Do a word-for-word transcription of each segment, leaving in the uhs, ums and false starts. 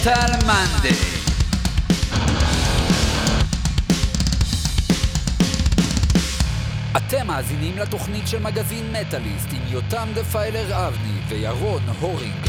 מטל מנדי. אתם מאזינים לתוכנית של מגזין מטאליסט עם יותם דפיילר אבני וירון הורינג.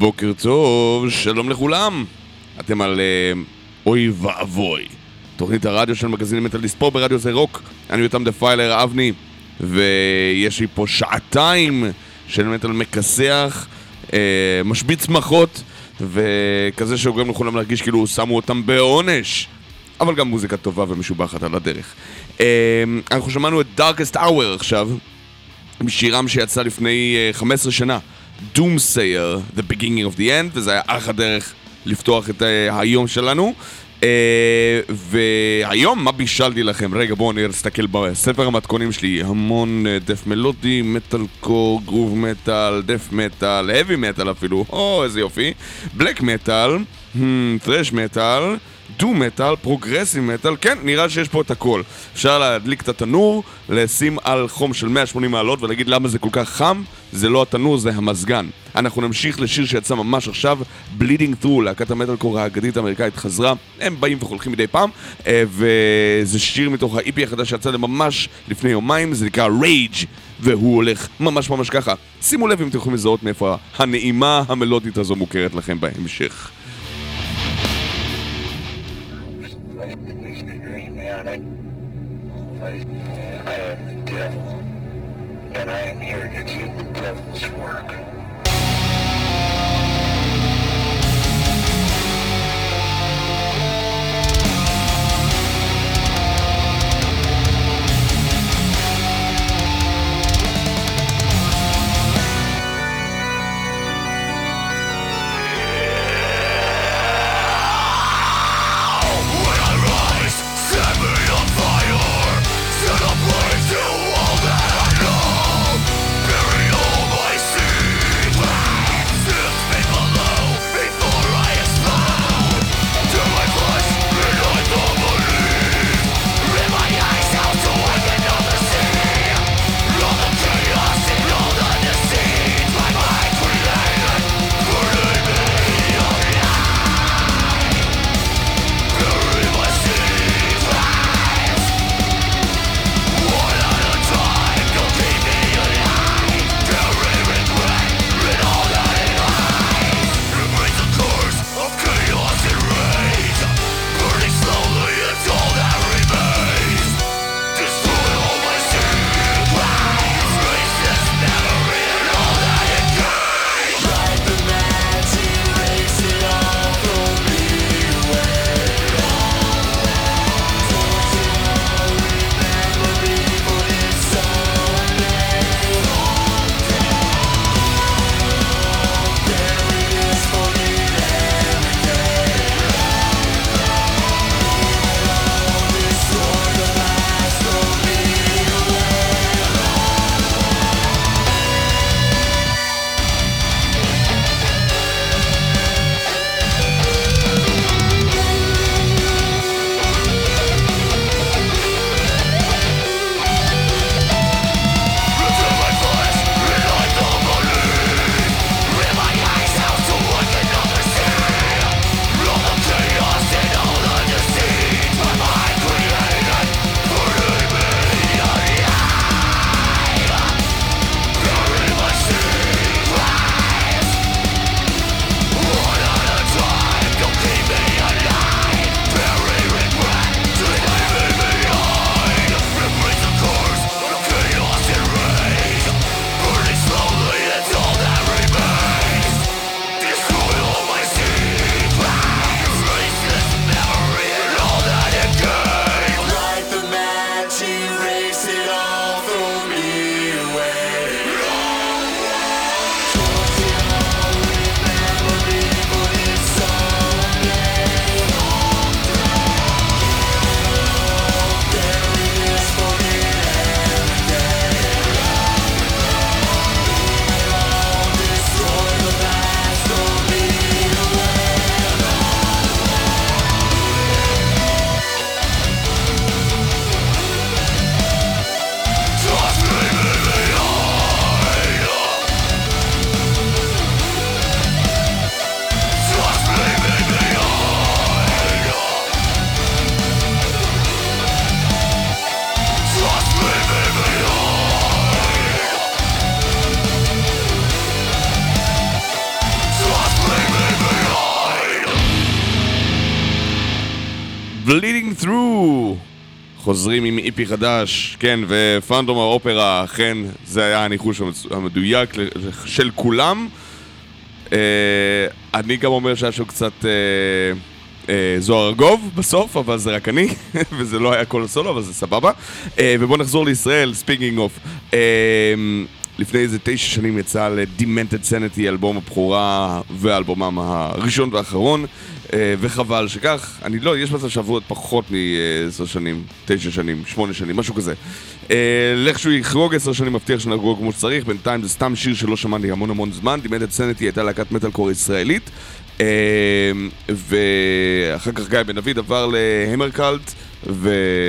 בוקר טוב, שלום לכולם. אתם על uh, אוי ואבוי, תוכנית הרדיו של מגזין מטאליסט פה ברדיו זה רוק. אני יותם דפיילר אבני, ויש לי פה שעתיים של מטאל מכסח, uh, משבית צמחות, וכזה שגורם לכולם להרגיש כאילו שמו אותם בעונש, אבל גם מוזיקה טובה ומשובחת על הדרך. uh, אנחנו שמענו את Darkest Hour עכשיו, משירם שיצא לפני uh, חמש עשרה שנה, Doomsayer, The Beginning of the End, וזה היה אך הדרך לפתוח את uh, היום שלנו. uh, והיום מה בישלתי לכם? רגע, בואו נסתכל בספר המתכונים שלי. המון uh, דף מלודי, מטל קור, גרוב מטל, דף מטל, heavy מטל אפילו, או איזה יופי, בלק מטל, thrash מטל, דו מטל, פרוגרסיב מטל. כן, נראה שיש פה את הכל. אפשר להדליק את התנור, לשים על חום של מאה ושמונים מעלות ולהגיד למה זה כל כך חם. זה לא התנור, זה המזגן. אנחנו נמשיך לשיר שיצא ממש עכשיו, Bleeding Through, להקת המטל קור האגדית האמריקאית חזרה. הם באים וחולכים מדי פעם, וזה שיר מתוך ה-אי פי החדש שיצא ממש לפני יומיים, זה נקרא Rage, והוא הולך ממש ממש ככה. שימו לב אם אתם יכולים לזהות מאיפה הנעימה המלודית הזו מוכרת לכם בהמשך. I am the devil, and I am here to do the devil's work. Set a place to all that I know, bury all my sins. Bleeding Through חוזרים עם איפי חדש, כן, ופנטום האופרה, אכן זה היה הניחוש המדויק של כולם. אה, אני גם אומר שהיה שם קצת אה, אה, זוהר ארגוב בסוף, אבל זה רק אני, וזה לא היה כל הסולו, אבל זה סבבה. אה, ובואו נחזור לישראל, speaking of, אה, לפני איזה תשע שנים יצא ל-Demented Sanity, אלבום הבכורה ואלבומם הראשון והאחרון, וחבל שכך. אני לא, יש מצב שעברו עוד פחות מ-עשר שנים, תשע שנים, שמונה שנים, משהו כזה. לך שהוא יחרוג עשר שנים, מבטיח שנגרוג כמו שצריך. בינתיים זה סתם שיר שלא שמעתי המון המון זמן. Demented Sanity הייתה להקת מטל קור ישראלית, ואחר כך גיא בן דוד עבר להמרקלט, ו...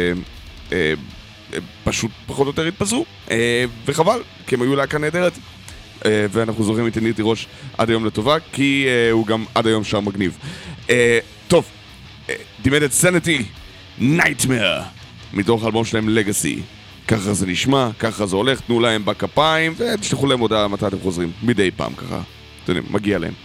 פשוט פחות או יותר התפזרו, וחבל, כי הם היו להקה נהדרת, ואנחנו זוכרים את ניר תירוש עד היום לטובה, כי הוא גם עד היום שר מגניב. טוב, Demented Sanity, Nightmare, מתוך האלבום שלהם Legacy. ככה זה נשמע, ככה זה הולך, תנו להם בכפיים, ותשלחו להם הודעה מתי אתם חוזרים, מדי פעם ככה, אתם יודעים, מגיע להם.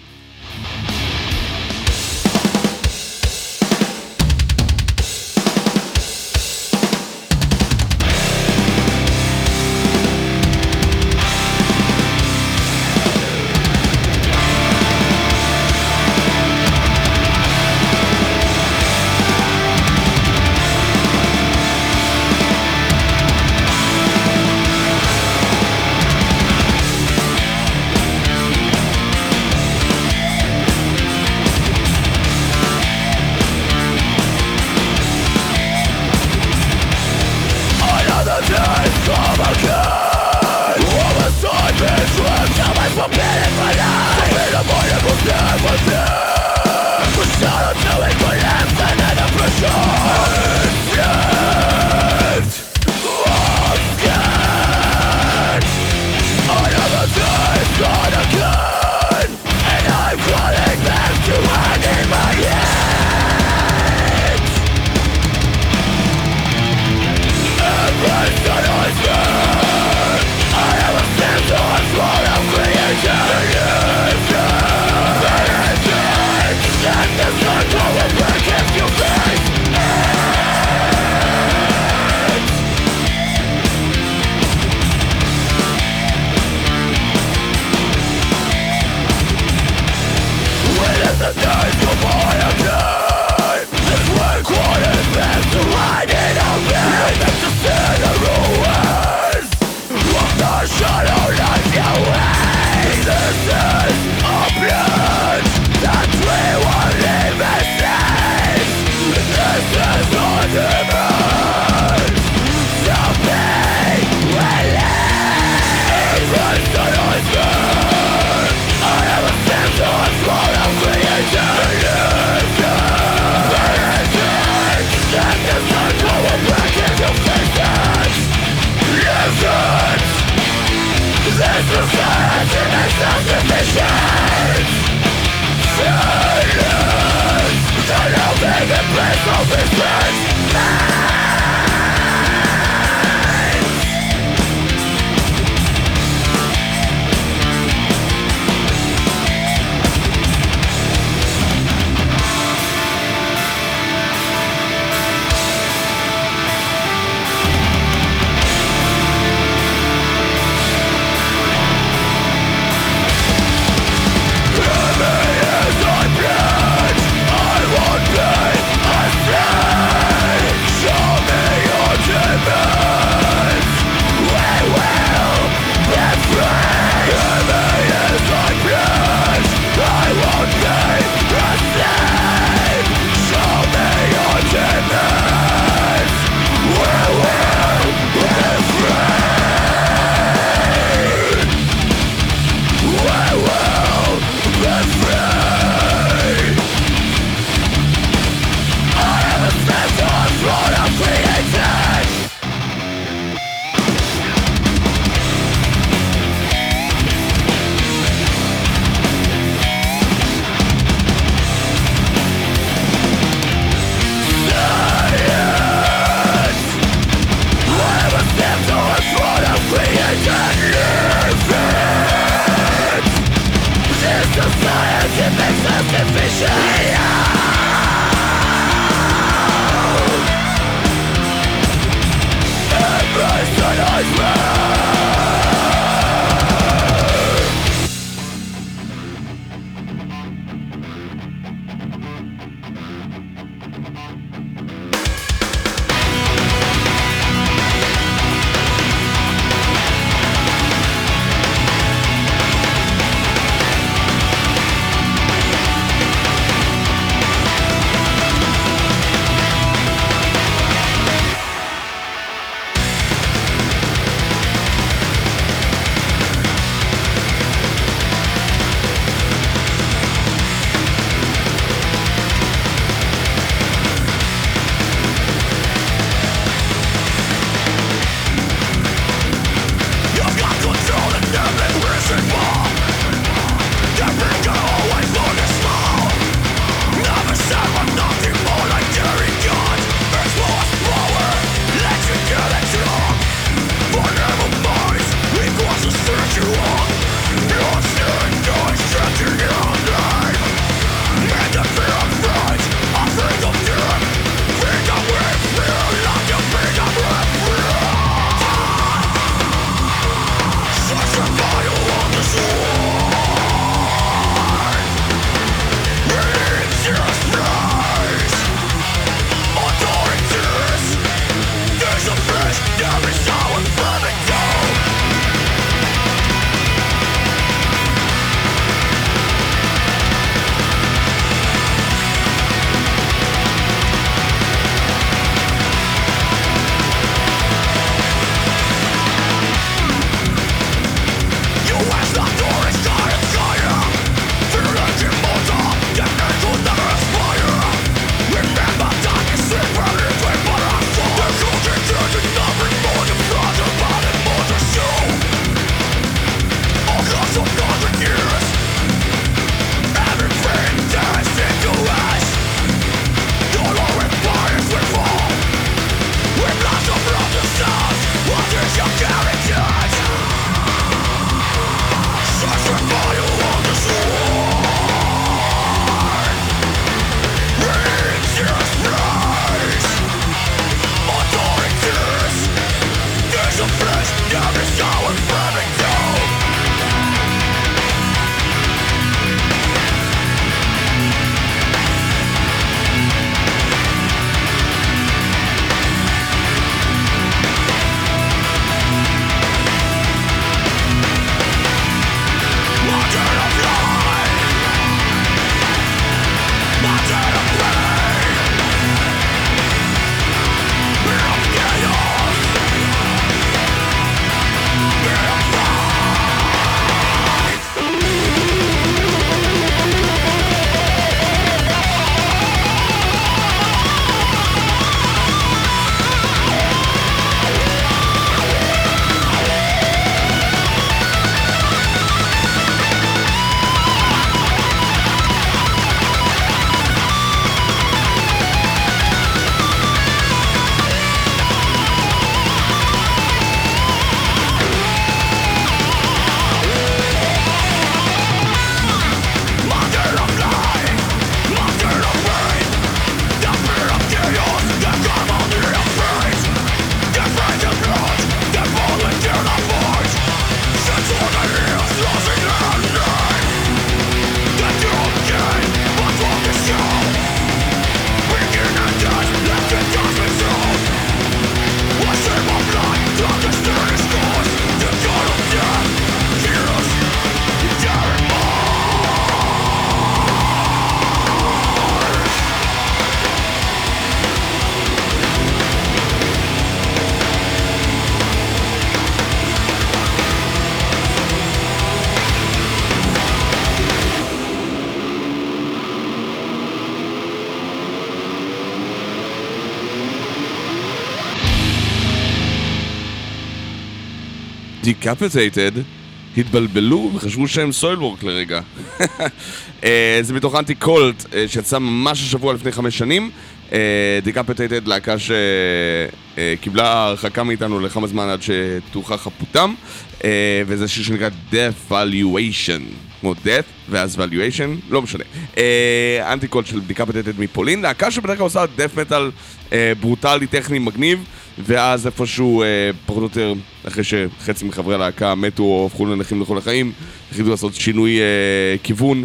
Decapitated התבלבלו וחשבו שהם סוילוורק לרגע. זה מתוך אנטי קולט שיצא ממש השבוע לפני חמש שנים. Decapitated, להקה שקיבלה הרחקה מאיתנו לכמה זמן עד שתוכח חפותם, וזה שיר שנקרא Death Valuation, כמו Death ואז Valuation, לא משנה. אנטי קולט של Decapitated מפולין, להקה שבדרך כלל עושה Death Metal ברוטלי, טכני, מגניב, ואז איפשהו פחות או יותר, אחרי שחצי מחברי הלהקה מתו או הפכו לנכים לכל החיים, החליטו לעשות שינוי כיוון,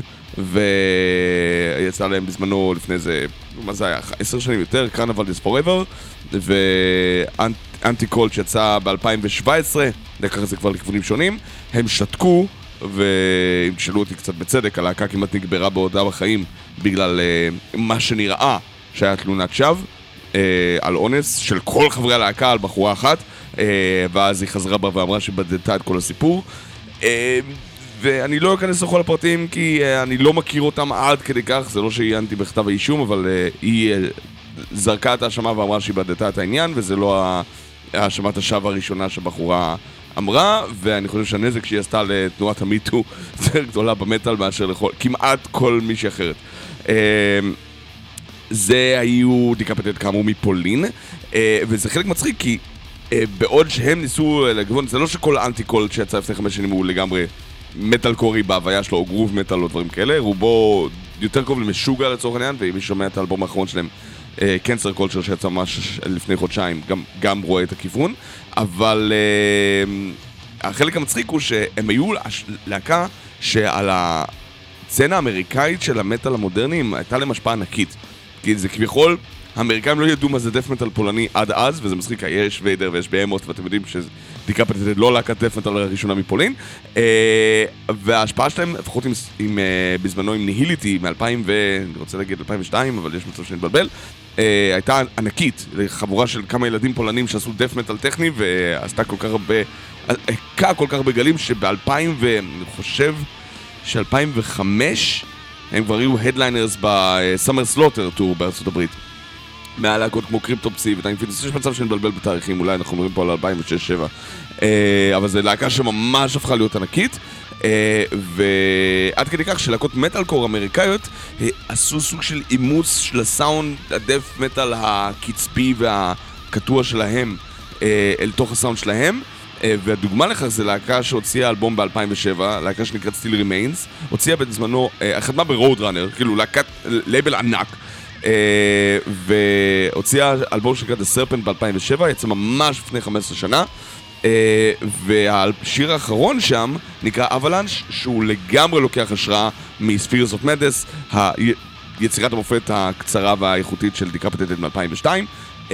ויצא להם בזמנו לפני זה, מה זה היה? עשר שנים יותר, Carnival is Forever, ואנטי קולט שיצא ב-אלפיים שבע עשרה, לקח את זה כבר לכיוונים שונים, הם שתקו, ואם תשאלו אותי קצת בצדק, הלהקה כמעט נגברה בעודה בחיים, בגלל מה שנראה שהיה תלונת שווא, על אונס של כל חברי הלהקה על בחורה אחת, ואז היא חזרה בה ואמרה שבדתה את כל הסיפור. ואני לא אכנס לכל הפרטים כי אני לא מכיר אותם עד כדי כך, זה לא שעיינתי בכתב האישום, אבל היא זרקה את האשמה ואמרה שהיא בדתה את העניין, וזה לא האשמת השווא הראשונה שהבחורה אמרה, ואני חושב שהנזק שהיא עשתה לתנועת המיטו יותר גדולה במטל מאשר לכל, כמעט כל מישהי אחרת. זה היו Decapitated כאמור מפולין, וזה חלק מצחיק כי בעוד שהם ניסו לגוון, זה לא שכל האנטי קולט שיצא לפני חמש שנים הוא לגמרי מטל קורי בהוויה שלו, או גרוב מטל או דברים כאלה, רובו יותר קרוב למשוגע לצורך העניין, ומי שומע את האלבום האחרון שלהם, קנסר קולצ'ר שיצא ממש לפני חודשיים, גם, גם רואה את הכיוון, אבל uh, החלק המצחיק הוא שהם היו להקה שעל הסצנה האמריקאית של המטל המודרניים הייתה להם השפעה ענקית, כי זה כביכול, האמריקאים לא ידעו מה זה דף מטל פולני עד אז, וזה מצחיק, יש ויידר ויש בהמוסט, ואתם יודעים שדיקפטיטד לא להקת דף מטל הראשונה מפולין, וההשפעה שלהם, לפחות עם, עם, בזמנו עם ניהיליטי, מ-אלפיים ו... אני רוצה להגיד אלפיים ושתיים, אבל יש מצב שנתבלבל, הייתה ענקית, לחבורה של כמה ילדים פולנים שעשו דף מטל טכני, ועשתה כל כך הרבה, עקה כל כך הרבה גלים, שב-אלפיים ו... אני חושב ש-אלפיים וחמש, הם כבר היו הדליינרס בסאמר סלוטר טור בארצות הברית. מהלהקות כמו קריפטופסי וטיינפיטוס, יש מצב שנבלבל בתאריכים, אולי אנחנו מדברים פה על אלפיים ושש אלפיים ושבע, אבל זו להקה שממש הפכה להיות ענקית, ועד כדי כך שלהקות מטלקור אמריקאיות עשו סוג של אימוץ של הסאונד הדף מטל הקצפי והקטוע שלהם אל תוך הסאונד שלהם, והדוגמה לכך זה להקה שהוציאה אלבום ב-אלפיים ושבע, להקה שנקראת Still Remains, הוציאה בזמנו, חתמה ברוד ראנר, כאילו להקת לייבל ענק, והוציאה אלבום שנקרא The Serpent ב-אלפיים ושבע, יצא ממש לפני חמש עשרה שנה, והשיר האחרון שם נקרא Avalanche, שהוא לגמרי לוקח השראה מ-Spheres of Madness, יצירת המופת הקצרה והאיכותית של Decapitated מ-אלפיים ושתיים,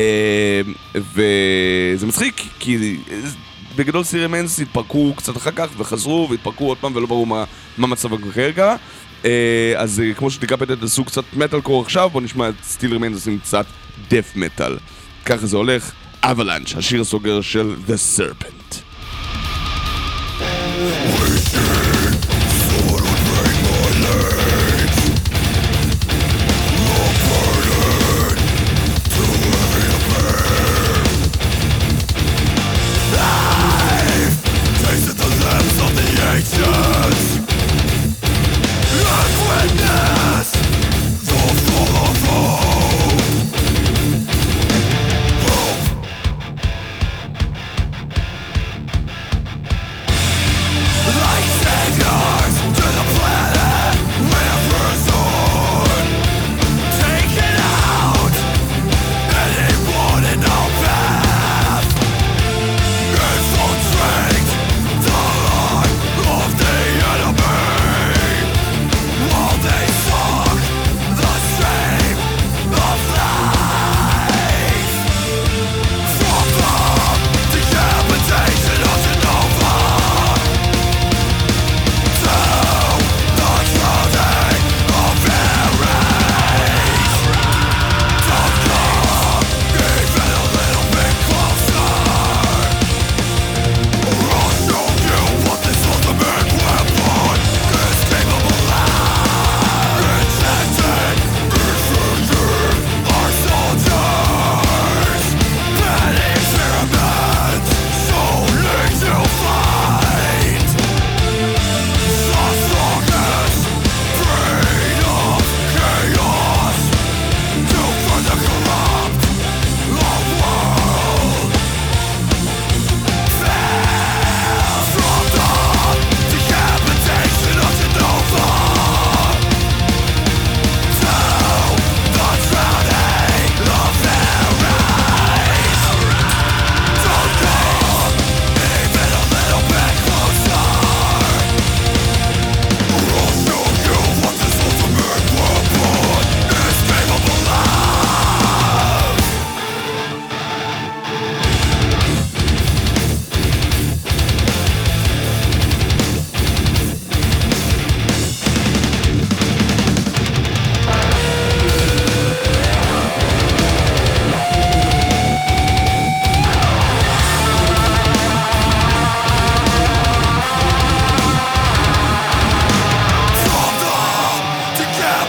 וזה מצחיק כי בגדול Still Remains התפרקו קצת אחר כך וחזרו והתפרקו עוד פעם ולא ברור מה, מה מצב כרגע. אז כמו שדיקפטיטד עשו קצת מטל קור עכשיו, בוא נשמע את Still Remains עושים קצת דף מטל. ככה זה הולך, Avalanche, השיר הסוגר של The Serpent.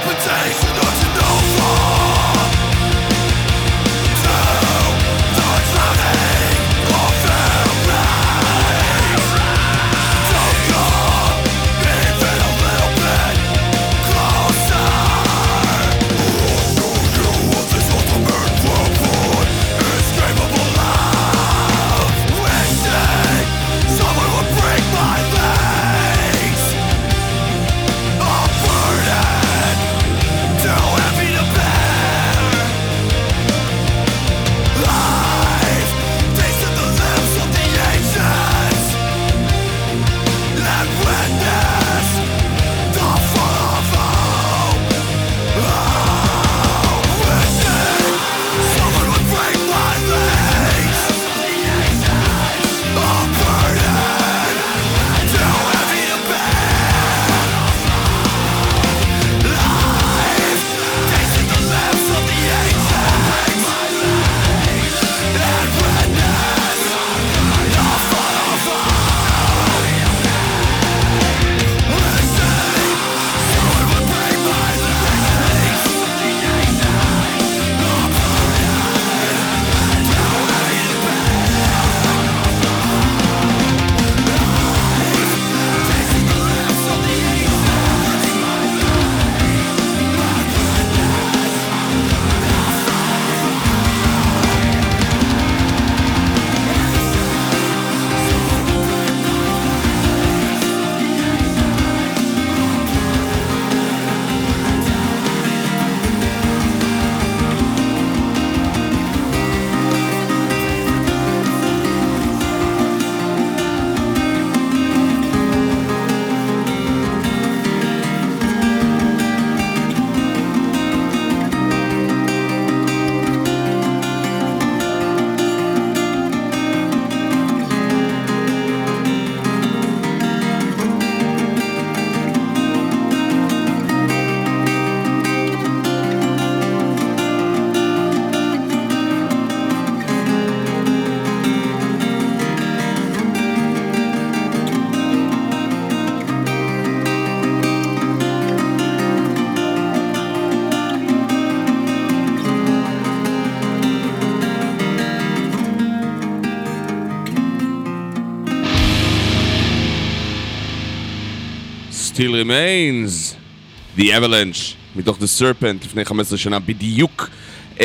Still Remains, The Avalanche, מתוך The Serpent, לפני חמש עשרה שנה בדיוק. uh,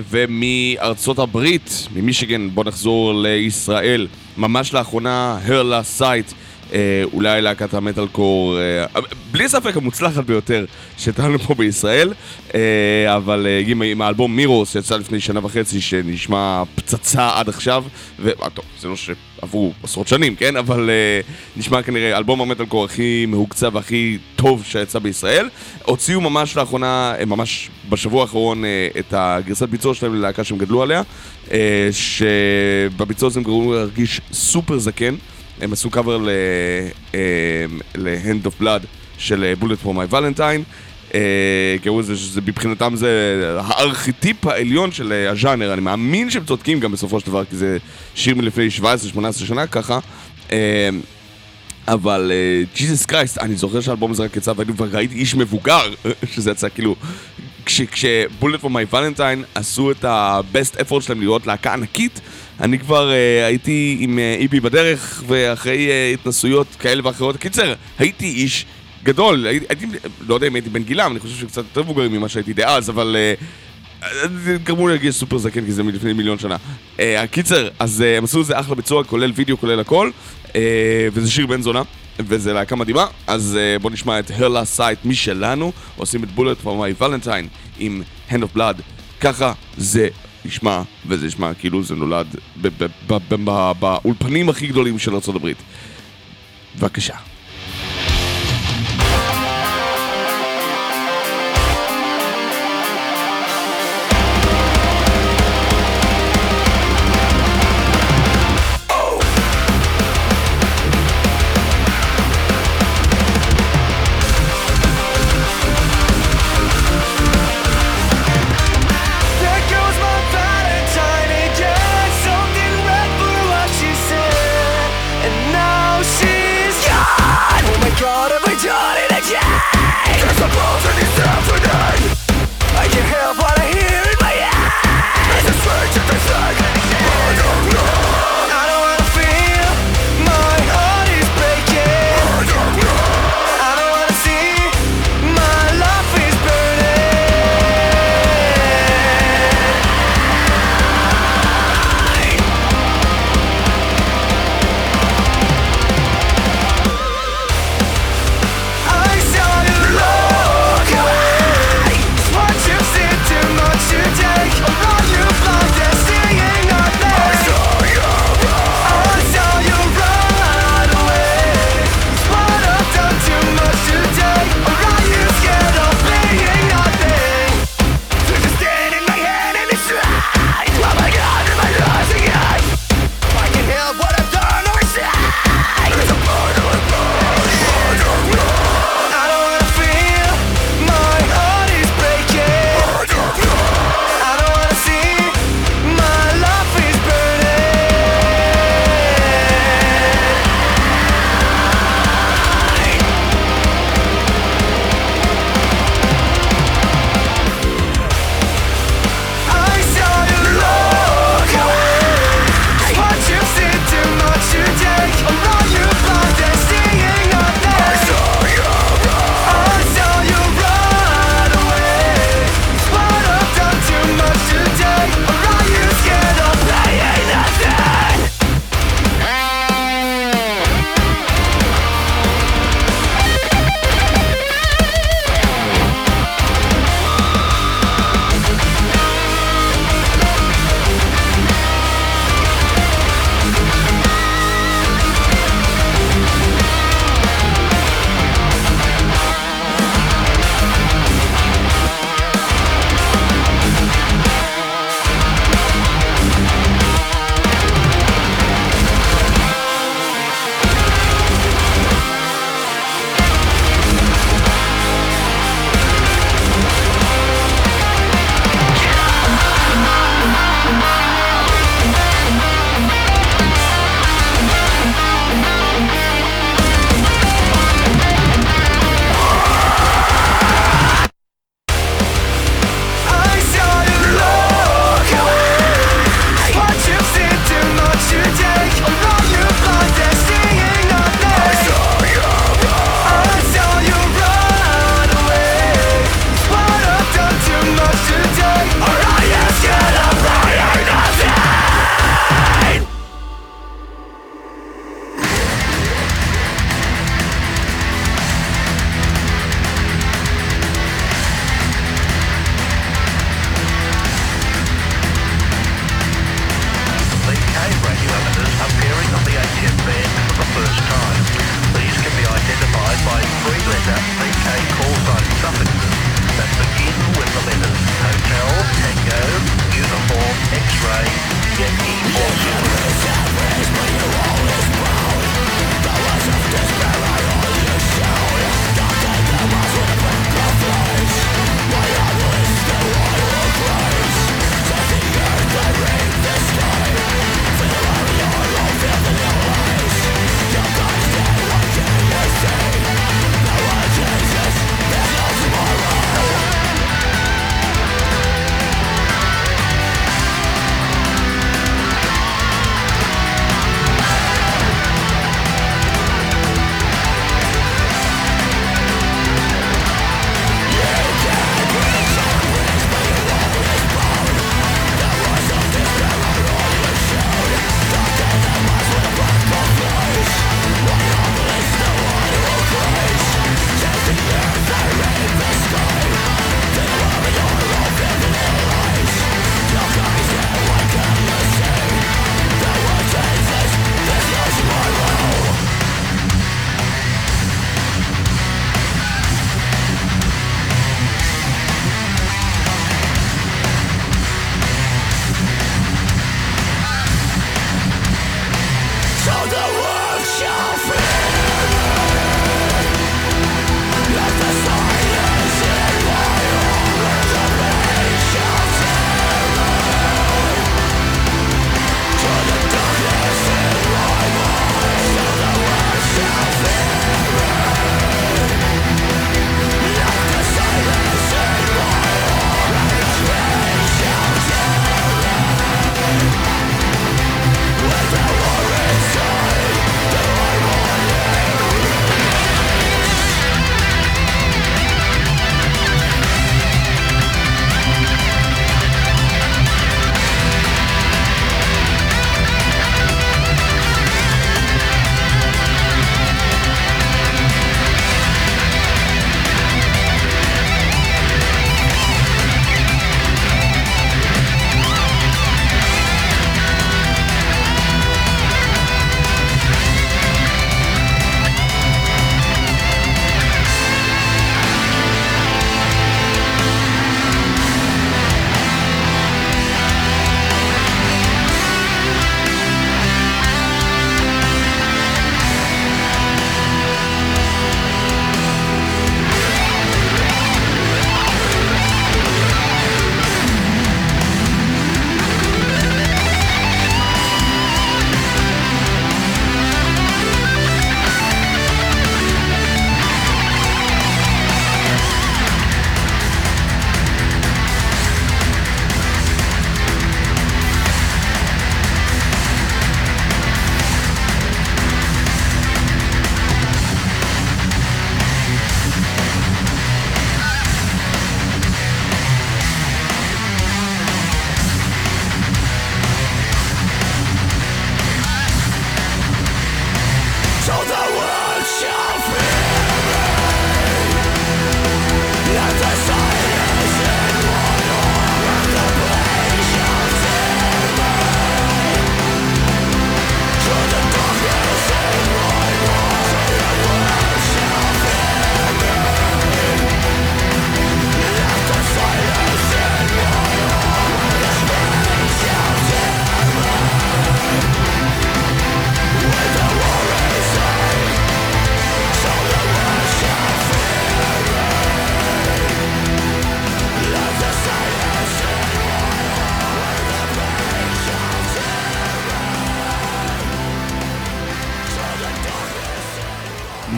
ומארצות הברית, ממישיגן, בוא נחזור לישראל. ממש לאחרונה, הרלה סייט, uh, אולי להקת המטל קור, uh, בלי ספק המוצלחת ביותר שתענו פה בישראל, uh, אבל uh, עם, עם האלבום מירוס שיצא לפני שנה וחצי, שנשמע פצצה עד עכשיו, וטוב, זה לא שעברו עשרות שנים, כן? אבל uh, נשמע כנראה אלבום המטל קור הכי מהוקצה והכי טוב שיצא בישראל. הוציאו ממש לאחרונה, ממש בשבוע האחרון, uh, את הגרסת ביצוע שלהם ללהקה שהם גדלו עליה, uh, שבביצוע הזה הם גרמו להרגיש סופר זקן. הם עשו קאבר ל-Hand of Blood של Bullet for My Valentine. קראו את זה שזה מבחינתם זה הארכיטיפ העליון של הז'אנר. אני מאמין שהם צודקים גם בסופו של דבר, כי זה שיר מלפני שבע עשרה שמונה עשרה שנה ככה. אבל ג'יזוס קרייסט, אני זוכר שהאלבום הזה רק יצא והייתי כבר ראיתי איש מבוגר שזה יצא כאילו כשבולט פור מיי ולנטיין עשו את ה-best effort שלהם לראות להקה ענקית. אני כבר uh, הייתי עם uh, איבי בדרך, ואחרי uh, התנסויות כאלה ואחרות, קיצר, הייתי איש גדול, הייתי, הייתי, לא יודע אם הייתי בן גילם, אני חושב שקצת יותר מבוגרים ממה שהייתי דאז, אבל uh, גרמו לי להגיע סופר זקן, כי זה מלפני מיליון שנה. Uh, הקיצר, אז uh, הם עשו את זה אחלה ביצוע, כולל וידאו, כולל הכל, uh, וזה שיר בן זונה, וזה להקה מדהימה, אז uh, בואו נשמע את הרלה סייט משלנו, עושים את Bullet for My Valentine עם Hand of Blood, ככה זה נשמע, וזה נשמע כאילו זה נולד באולפנים הכי גדולים של ארצות הברית. בבקשה. Something red for what she said, and now she's gone.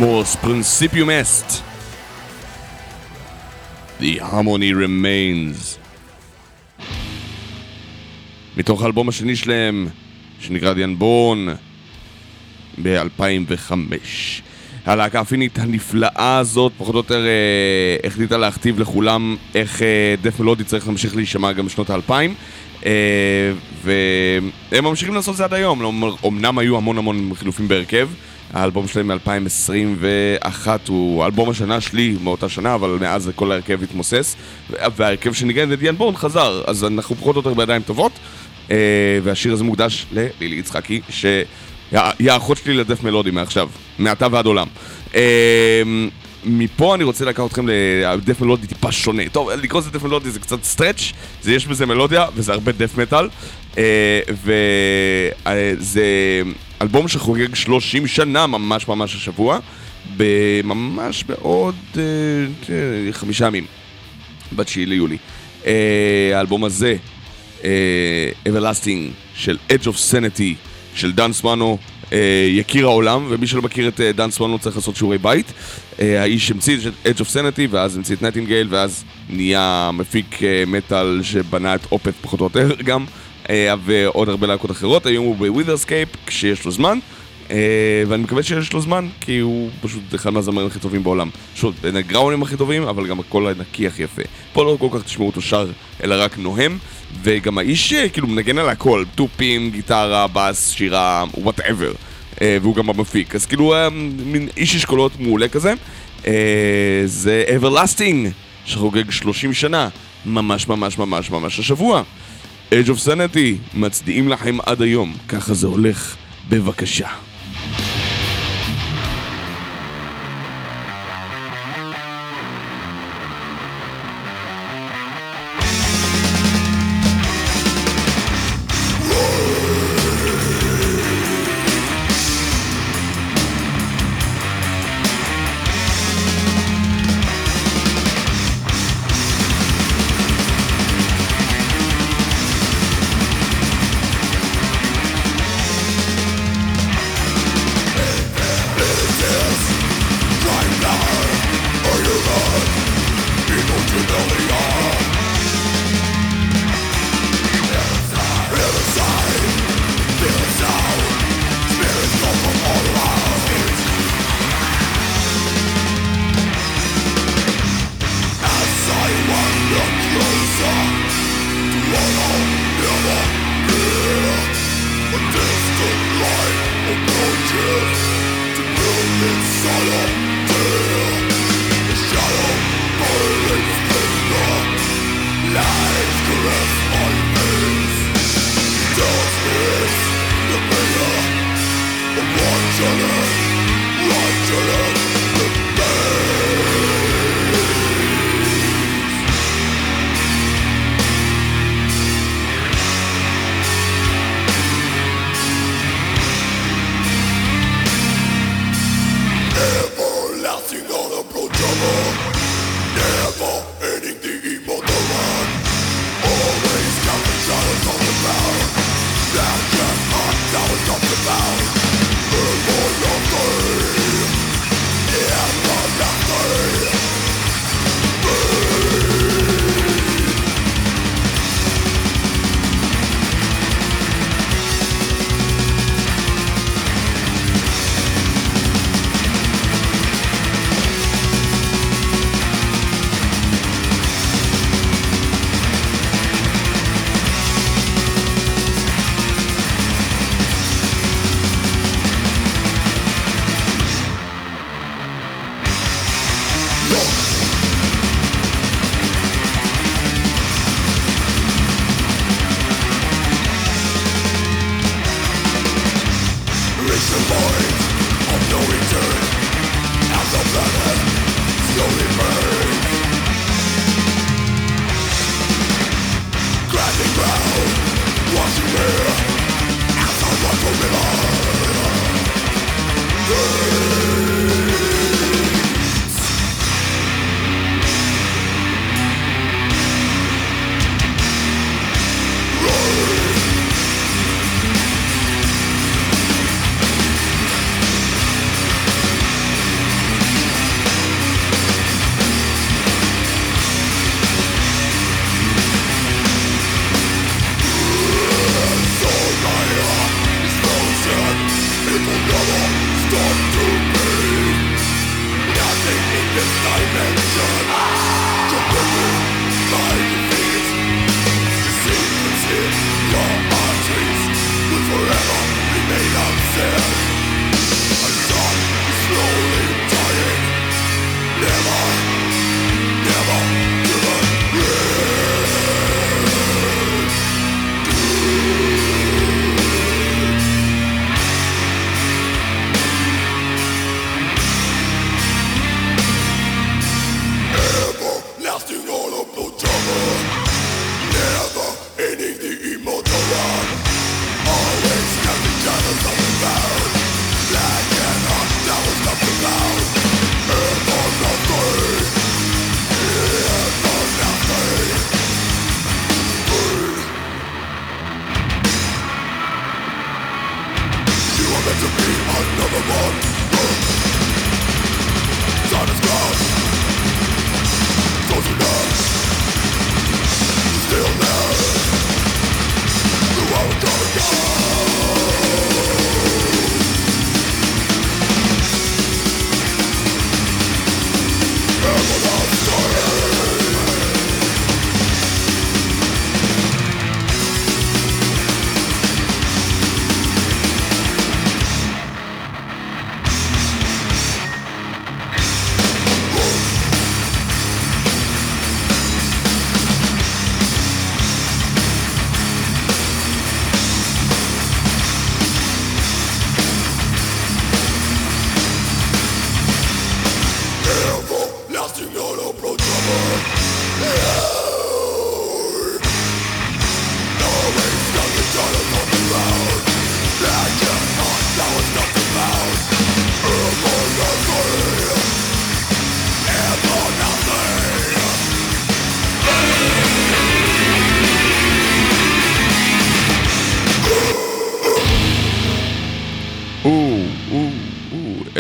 Amors Principium Est. The Harmony Remains. מתוך האלבום השני שלהם, שנקרא The Unborn, ב-אלפיים וחמש. הלהקה הפינית הנפלאה הזאת, פחות או יותר אה, החליטה להכתיב לכולם איך אה, דף מלודי צריך להמשיך להישמע גם בשנות האלפיים. Uh, והם ממשיכים לעשות זה עד היום. אמנם היו המון המון חילופים בהרכב. האלבום שלהם מ-אלפיים עשרים ואחת הוא אלבום השנה שלי מאותה שנה, אבל מאז כל ההרכב התמוסס, וההרכב שניגן את די אנבורן חזר, אז אנחנו פחות או יותר בידיים טובות. uh, והשיר הזה מוקדש ללילי יצחקי, שהיא האחות שלי לדף מלודי מעכשיו, מעתה ועד עולם. uh, מפה אני רוצה לקחת אתכם לדף מלודי טיפה שונה. טוב, לקרוא לזה דף מלודי זה קצת סטרץ', זה יש בזה מלודיה וזה הרבה דף מטל, וזה אלבום שחוגג שלושים שנה ממש ממש השבוע, ממש בעוד חמישה ימים, בתשיעי ליולי. האלבום הזה, Everlasting של Edge of Sanity של דן סמנו, יקיר העולם, ומי שלא מכיר את דן סמנו צריך לעשות שיעורי בית. האיש המציא את Edge of Sanity, ואז המציא את נטינגייל, ואז נהיה מפיק מטל שבנה את אופת פחות או יותר גם, ועוד הרבה להקות אחרות. היום הוא בווית'רסקייפ כשיש לו זמן, ואני מקווה שיש לו זמן, כי הוא פשוט אחד מהזמרים הכי טובים בעולם. פשוט בין הגראונים הכי טובים, אבל גם הכל הנקי הכי יפה. פה לא כל כך תשמעו אותו שר, אלא רק נוהם, וגם האיש כאילו מנגן על הכל, טופים, גיטרה, בס, שירה, whatever, והוא גם המפיק. אז כאילו מין איש אשכולות מעולה כזה. זה Everlasting, שחוגג שלושים שנה, ממש ממש ממש ממש השבוע. Edge of Sanity, מצדיעים לכם עד היום, ככה זה הולך, בבקשה.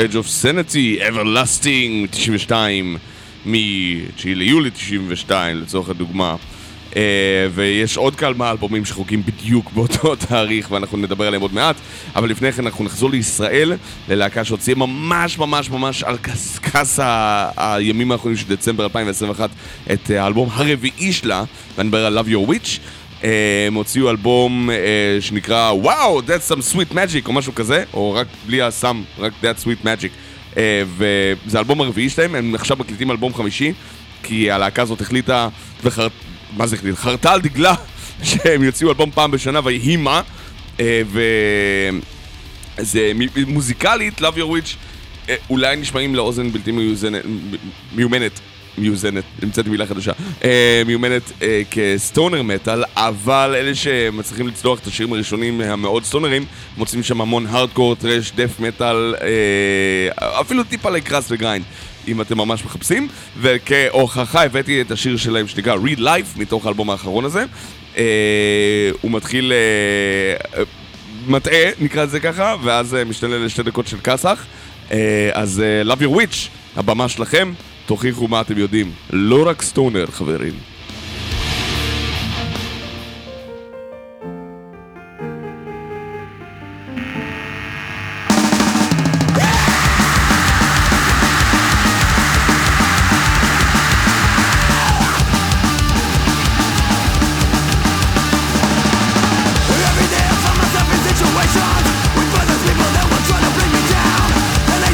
Edge of Sanity, Everlasting, תשעים ושתיים, מ-תשעה ליולי תשעים ושתיים לצורך הדוגמה. Uh, ויש עוד כמה אלבומים שחוקים בדיוק באותו תאריך ואנחנו נדבר עליהם עוד מעט, אבל לפני כן אנחנו נחזור לישראל ללהקה שהוציאה ממש ממש ממש על קסקס ה- הימים האחרונים של דצמבר אלפיים עשרים ואחת את uh, האלבום הרביעי שלה, ואני מדבר על Love Your Witch. uh, הם הוציאו אלבום uh, שנקרא Wow, That's Some Sweet Magic או משהו כזה, או רק בלי הסם, רק That's Sweet Magic, uh, וזה האלבום הרביעי שלהם. הם עכשיו מקליטים אלבום חמישי כי הלהקה הזאת החליטה וחר... מה זה החליט? חרטה על דגלה שהם יוציאו אלבום פעם בשנה ויהי מה, וזה מוזיקלית, Love Your Witch אולי נשמעים לאוזן בלתי מיוזנת, מיומנת, מיוזנת, המצאתי מילה חדשה, מיומנת כסטונר מטל, אבל אלה שמצליחים לצלוח את השירים הראשונים המאוד סטונרים, מוצאים שם המון הארדקור, טרש, דף מטל, אפילו טיפה לקרס וגריינד אם אתם ממש מחפשים. וכהוכחה הבאתי את השיר שלהם שנקרא Read Life מתוך האלבום האחרון הזה. אה, הוא מתחיל אה, מטעה, נקרא את זה ככה, ואז אה, משתנה לשתי דקות של קסח. אה, אז אה, Love Your Witch, הבמה שלכם, תוכיחו מה אתם יודעים, לא רק סטונר חברים.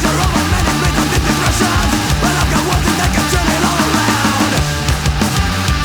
But I've got one thing that can turn it all around.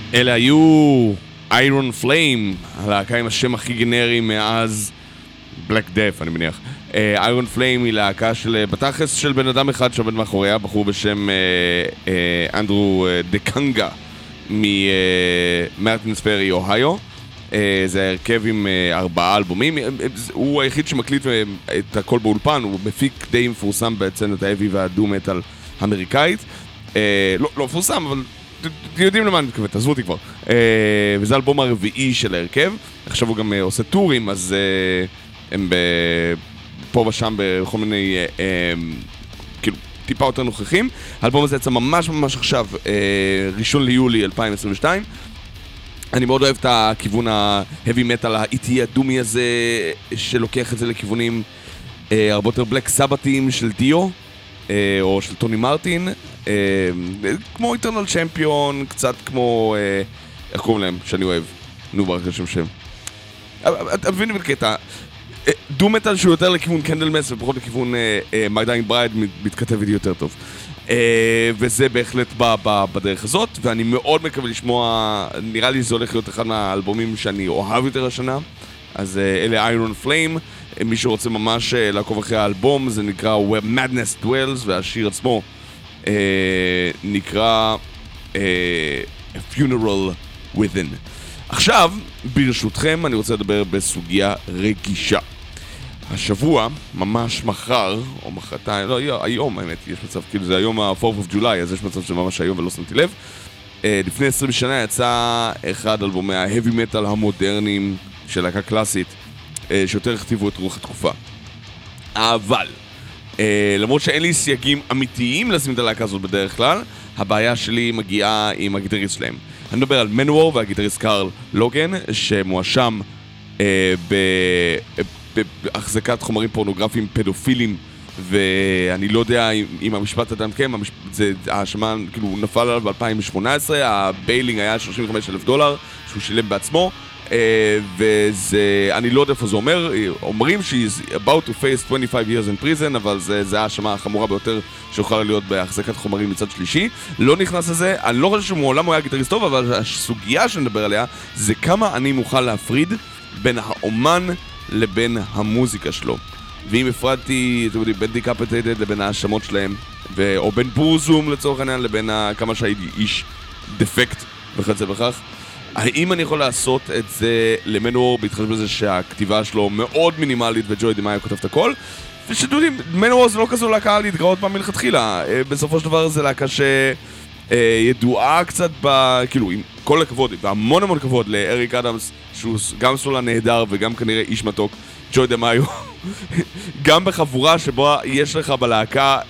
אלה היו איירון פליים, הלהקה עם השם הכי גנרי מאז בלק דף, אני מניח. איירון פליים היא להקה של בתכלס של בן אדם אחד שעובד מאחוריה, בחור בשם אנדרו דקנגה ממרטינס פרי, אוהיו. זה הרכב עם ארבעה אלבומים, הוא היחיד שמקליט את הכל באולפן, הוא מפיק די מפורסם בעצם את האבי והדו-מטל האמריקאית. לא, לא מפורסם, אבל אתם יודעים למה אני מתכוון, תעזבו אותי כבר. וזה האלבום הרביעי של ההרכב. עכשיו הוא גם עושה טורים, אז הם פה ושם בכל מיני, כאילו, טיפה יותר נוכחים. האלבום הזה יצא ממש ממש עכשיו, ראשון ליולי אלפיים עשרים ושתיים. אני מאוד אוהב את הכיוון ההאבי מטל האיטי הדומי הזה, שלוקח את זה לכיוונים הרבה יותר בלק סבתיים של דיו, או של טוני מרטין, כמו איטרנל צ'מפיון, קצת כמו, איך קוראים להם, שאני אוהב, נו ברק לשם שם. אתם מבינים את הקטע, דו מטל שהוא יותר לכיוון קנדלמס ופחות לכיוון מיידיינג ברייד מתכתב איתי יותר טוב. וזה בהחלט בא בדרך הזאת, ואני מאוד מקווה לשמוע, נראה לי זה הולך להיות אחד מהאלבומים שאני אוהב יותר השנה, אז אלה איירון פליים. מי שרוצה ממש לעקוב אחרי האלבום, זה נקרא Where Madness Dwells, והשיר עצמו אה, נקרא אה, A Funeral Within. עכשיו, ברשותכם, אני רוצה לדבר בסוגיה רגישה. השבוע, ממש מחר, או מחרתיים, לא, היום, האמת, יש מצב, כאילו זה היום ה-פורת' of July, אז יש מצב שממש היום ולא שמתי לב. אה, לפני עשרים שנה יצא אחד אלבומי ההאבי מטל המודרניים של להקה קלאסית, שיותר הכתיבו את רוח התקופה. אבל, למרות שאין לי סייגים אמיתיים לשים את הלהקה הזאת בדרך כלל, הבעיה שלי מגיעה עם הגיטריסט שלהם. אני מדבר על מנוור והגיטריסט קארל לוגן, שמואשם בהחזקת חומרים פורנוגרפיים פדופילים, ואני לא יודע אם המשפט עדיין כן, זה האשמה, כאילו, הוא נפל עליו ב-אלפיים שמונה עשרה, הביילינג היה שלושים וחמישה אלף דולר, שהוא שילם בעצמו, וזה, אני לא יודע איפה זה אומר, אומרים she's about to face twenty-five years in prison, אבל זה, זה האשמה החמורה ביותר שיכולה להיות בהחזקת חומרים מצד שלישי. לא נכנס לזה, אני לא חושב שהוא מעולם הוא היה גיטריסט טוב, אבל הסוגיה שנדבר עליה זה כמה אני מוכן להפריד בין האומן לבין המוזיקה שלו. ואם הפרדתי, אתם יודעים, בין דיקפטייטד לבין האשמות שלהם, ו... או בין בורזום לצורך העניין לבין ה... כמה שהייתי איש דפקט וכזה בכך, האם אני יכול לעשות את זה למנוור בהתחשב בזה שהכתיבה שלו מאוד מינימלית וג'וי דמאיו כותב את הכל? ושאתם יודעים, מנוור זה לא כזו להקה להתגאות בה מלכתחילה. בסופו של דבר זה להקה שידועה קצת ב... כאילו, עם כל הכבוד, והמון המון כבוד לאריק אדמס, שהוא גם סולן נהדר וגם כנראה איש מתוק, ג'וי דמאיו. גם בחבורה שבו יש לך בלהקה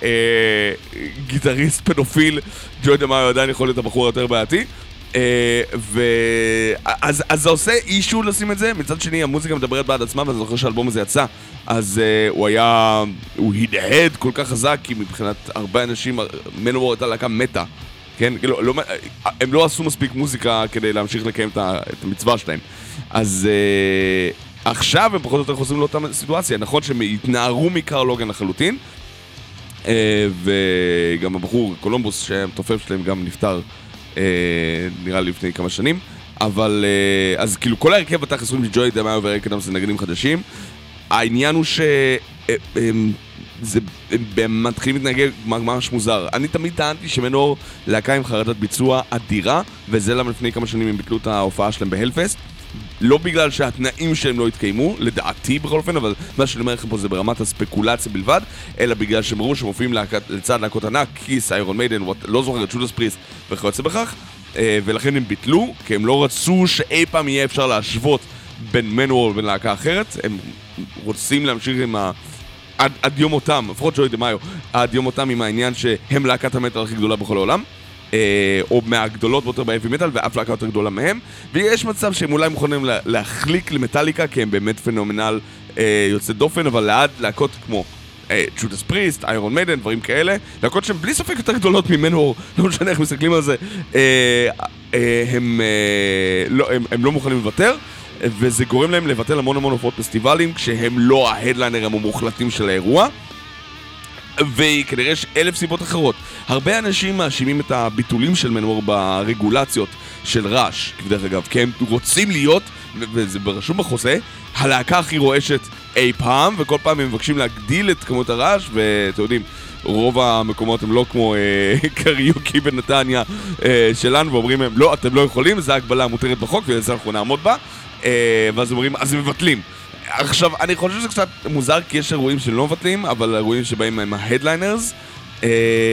גיטריסט פדופיל, ג'וי דמאיו עדיין יכול להיות הבחור יותר בעייתי. ו... אז, אז זה עושה אישו לשים את זה. מצד שני, המוזיקה מדברת בעד עצמה, ואני זוכר שהאלבום הזה יצא, אז uh, הוא היה... הוא הדהד כל כך חזק, כי מבחינת הרבה אנשים, מנוור הייתה להקה מתה, כן? לא, לא, הם לא עשו מספיק מוזיקה כדי להמשיך לקיים את, ה, את המצווה שלהם. אז uh, עכשיו הם פחות או יותר חוזרים לאותה סיטואציה. נכון שהם התנערו מקארל לוגן לחלוטין, uh, וגם הבחור קולומבוס, שהתופף שלהם גם נפטר, נראה לי לפני כמה שנים, אבל אז כאילו כל ההרכב בתכלס רואים שג'וי דמאיו ואריק אדמס זה נגנים חדשים. העניין הוא שהם מתחילים להתנהג ממש מוזר. אני תמיד טענתי שמנוור להקה עם חרדת ביצוע אדירה, וזה למה לפני כמה שנים הם ביטלו את ההופעה שלהם בהלפסט, לא בגלל שהתנאים שלהם לא התקיימו, לדעתי בכל אופן, אבל מה שאני אומר לכם פה זה ברמת הספקולציה בלבד, אלא בגלל שהם ראו שמופיעים לצד להקות ענק, כיס, איירון מיידן, לא זוכר את שוטס פריסט וכיוצא בכך, ולכן הם ביטלו, כי הם לא רצו שאי פעם יהיה אפשר להשוות בין מנוור ובין להקה אחרת. הם רוצים להמשיך עם ה... עד, עד יום אותם, לפחות ג'וי דמאיו, עד יום אותם עם העניין שהם להקת המטל הכי גדולה בכל העולם, או מהגדולות ביותר באפי מטל, ואף להקה יותר גדולה מהם, ויש מצב שהם אולי מוכנים להחליק למטליקה, כי הם באמת פנומנל יוצא דופן, אבל לעד להקות כמו שוטס פריסט, איירון מיידן, דברים כאלה, להקות שהן בלי ספק יותר גדולות ממנו, לא משנה איך מסתכלים על זה, הם לא מוכנים לוותר, וזה גורם להם לבטל המון המון הופעות פסטיבלים, כשהם לא ההדליינרים המוחלטים של האירוע, וכנראה יש אלף סיבות אחרות. הרבה אנשים מאשימים את הביטולים של מנוור ברגולציות של ראש, דרך אגב, כי הם רוצים להיות, וזה רשום בחוזה, הלהקה הכי רועשת אי פעם, וכל פעם הם מבקשים להגדיל את כמות הרעש, ואתם יודעים, רוב המקומות הם לא כמו אה, קריוקי בנתניה אה, שלנו, ואומרים להם, לא, אתם לא יכולים, זו ההגבלה המותרת בחוק, ולזה אנחנו נעמוד בה, אה, ואז אומרים, אז הם מבטלים. עכשיו, אני חושב שזה קצת מוזר, כי יש אירועים שלא מבטלים, אבל אירועים שבאים עם ההדליינרס, אה,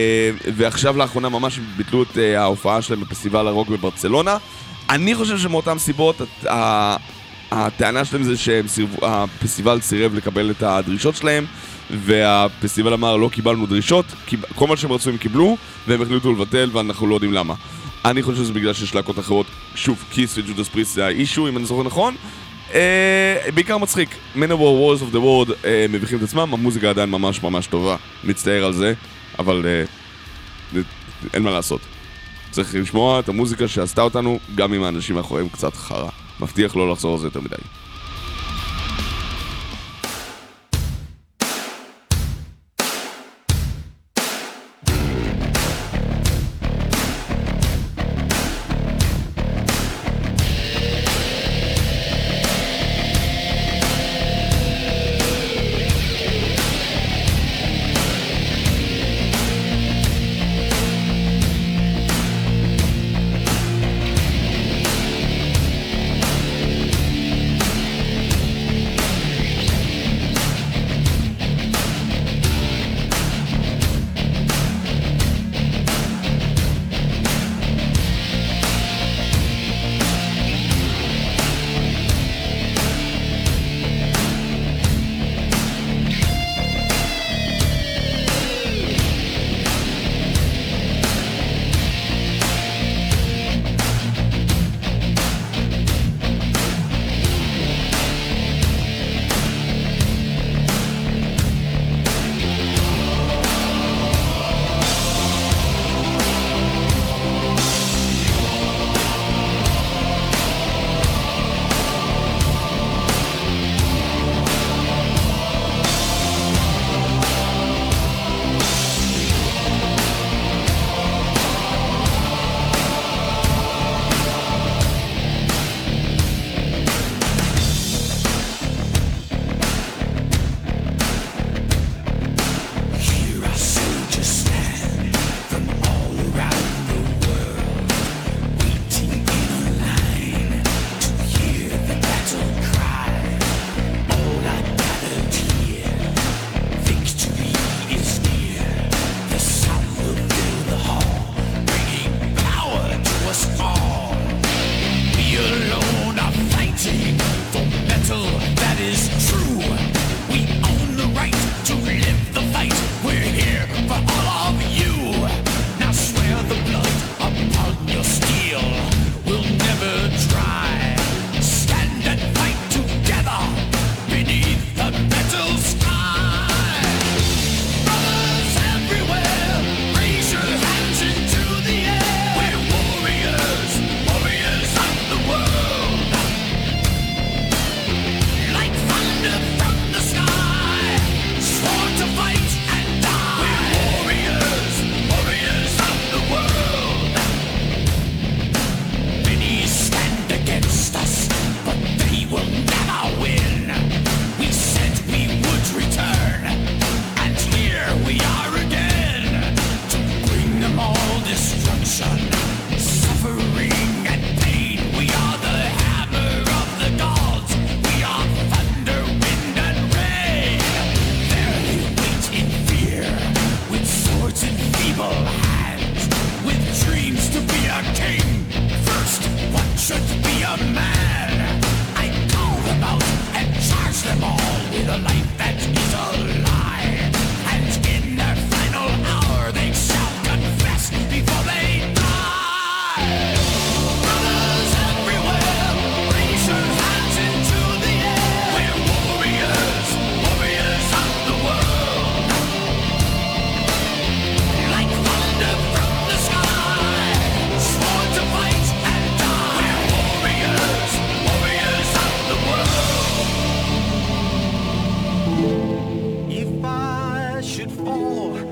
ועכשיו לאחרונה ממש ביטלו את אה, ההופעה שלהם בפסטיבל הרוק בברצלונה. אני חושב שמאותן סיבות, הת... הטענה שלהם זה שהפסטיבל סירב לקבל את הדרישות שלהם, והפסטיבל אמר לא קיבלנו דרישות, כל מה שהם רצו הם קיבלו, והם החליטו לבטל ואנחנו לא יודעים למה. אני חושב שזה בגלל שיש להקות אחרות, שוב, כיס וג'ודס פריסט זה האישו, אם אני זוכר נכון. אה, בעיקר מצחיק, Manowar Wars of the World אה, מביכים את עצמם, המוזיקה עדיין ממש ממש טובה, מצטער על זה, אבל אה, אין מה לעשות. צריך לשמוע את המוזיקה שעשתה אותנו, גם אם האנשים מאחוריהם קצת חרה. מבטיח לא לחזור על זה יותר מדי.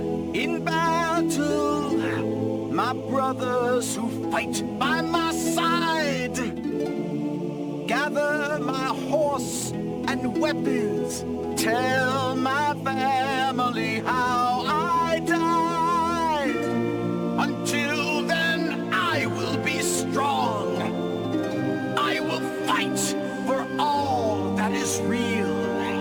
my brothers who fight by my side. happens. Tell my family how I died. Until then, I will be strong. I will fight for all that is real.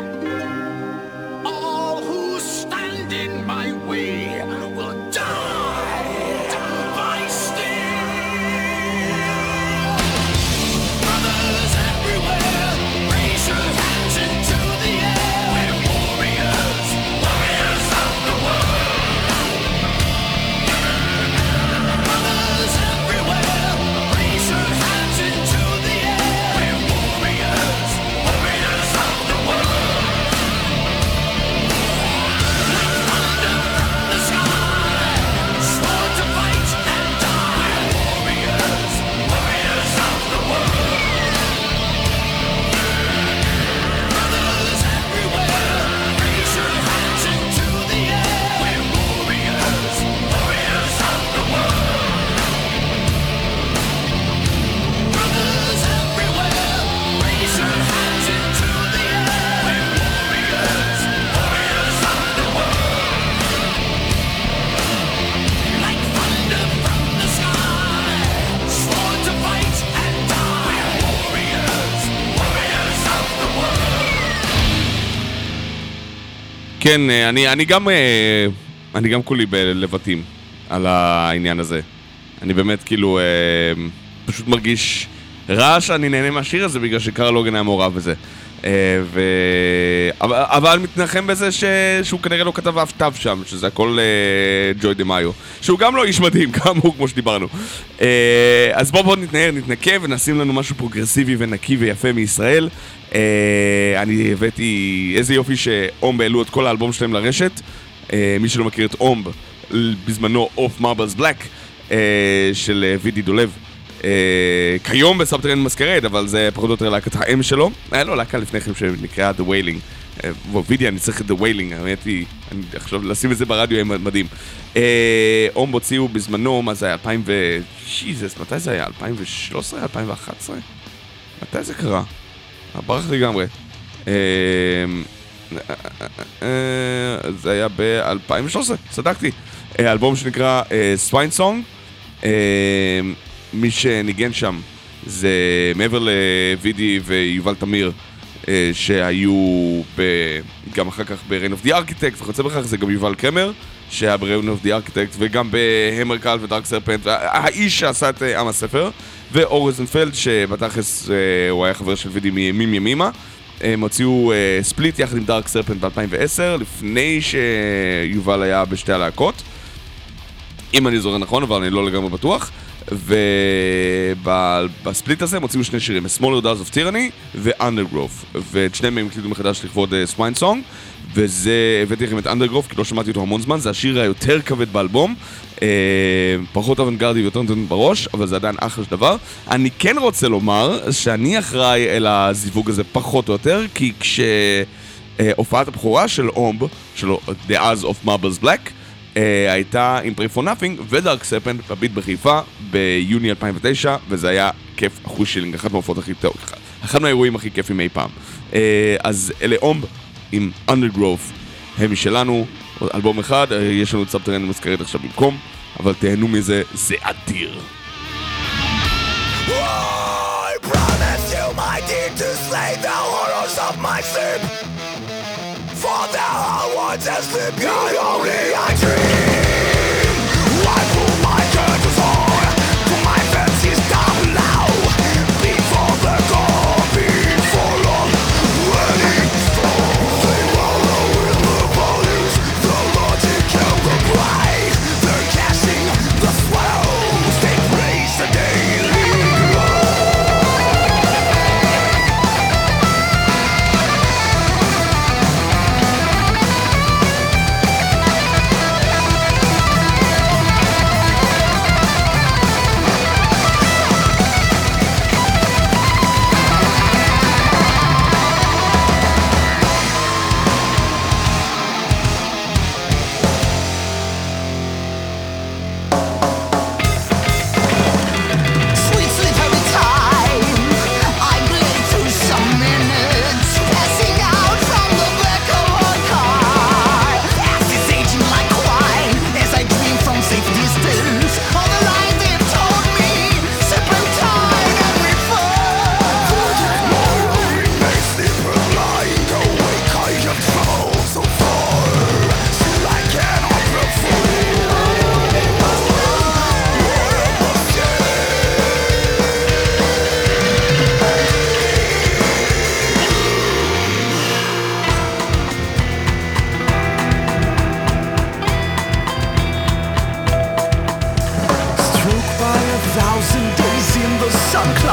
All who stand in my way will die by steel. Brothers everywhere, raise your hands into the air. We're warriors, warriors of the world. Brothers everywhere, raise your hands into the air. We're warriors, warriors of the world. Like thunder from the sky, sworn to fight and die. We're warriors, warriors of the world. Brothers everywhere, raise your hands into the air. We're warriors, warriors of the world. Brothers everywhere, raise your hands into the air. We're warriors, warriors of the world. Like thunder from the sky, sworn to fight and die. We're warriors, warriors of the world. כן, אה, אני, אני גם, אה, אני גם כולי בלבטים על העניין הזה. אני באמת כאילו אה, פשוט מרגיש רע שאני נהנה מהשיר הזה בגלל שקרל לוגן היה מעורב בזה. אה, ו... אבל, אבל מתנחם בזה ש... שהוא כנראה לא כתב אף תו שם, שזה הכל אה, ג'וי דה מאיו, שהוא גם לא איש מדהים, כאמור, כמו שדיברנו. אה, אז בואו בואו נתנער, נתנקה ונשים לנו משהו פרוגרסיבי ונקי ויפה מישראל. אה, אני הבאתי איזה יופי שאומב העלו את כל האלבום שלהם לרשת. אה, מי שלא מכיר את אומב, בזמנו Off Marbles Black אה, של אה, וידי דולב. אה, כיום בסאבטרן מסקרד, אבל זה פחות או יותר להקת האם שלו. היה לו להקה לפני כן שנקרא The Wailing. אה, וידי, אני צריך את The Wailing, האמת היא, אני עכשיו לשים את זה ברדיו יהיה מדהים. אה, אומב הוציאו בזמנו, מה זה היה? אלפיים ו... שיזס, מתי זה היה? אלפיים ושלוש עשרה? אלפיים ואחת עשרה? מתי זה קרה? ברח לגמרי. זה היה ב-אלפיים ושלוש עשרה, צדקתי. אלבום שנקרא סוויין סונג. מי שניגן שם זה מעבר לוידי ויובל תמיר שהיו גם אחר כך ב-Reign of the Architect וחוצה בכך, זה גם יובל קרמר שהיה ב-Reign of the Architect וגם בהמרקל ודארק סרפנט, האיש שעשה את עם הספר, ואור רוזנפלד שבתכלס הוא היה חבר של וידי מימים ימימה. הם הוציאו ספליט יחד עם דארק סרפנט ב-אלפיים ועשר, לפני שיובל היה בשתי הלהקות, אם אני זוכר נכון, אבל אני לא לגמרי בטוח. ובספליט הזה הם הוציאו שני שירים, Smaller Dolls of Tyranny ו-Undergrowth, ואת שניהם הם הקליטו מחדש לכבוד סוויין סונג, וזה, הבאתי לכם את Undergrowth כי לא שמעתי אותו המון זמן, זה השיר היותר כבד באלבום, אה, פחות אוונגרדי ויותר נותן בראש, אבל זה עדיין אחלה של דבר. אני כן רוצה לומר שאני אחראי אל הזיווג הזה פחות או יותר, כי כשהופעת הבכורה של אומב, של The Eyes of Marbles Black, Uh, הייתה עם Pray for Nothing ודארק סרפנט בביט בחיפה ביוני אלפיים ותשע, וזה היה כיף אחוז שילינג, אחת מההופעות הכי טוב, אחד מהאירועים הכי כיפים אי פעם. uh, אז אלה אומב עם Undergrowth, הם משלנו, אלבום אחד, uh, יש לנו סאבטרן מזכרת עכשיו במקום, אבל תהנו מזה, זה אדיר. I promise you, my dear, to slay the horrors of my sleep. For there are ones that sleep, yet only I dream. I pull my curtains on, for my fancies down low, before the coffin fall on any storm. They wallow in the bodies, the logic and the play. They're casting the swells, they praise the daily glow.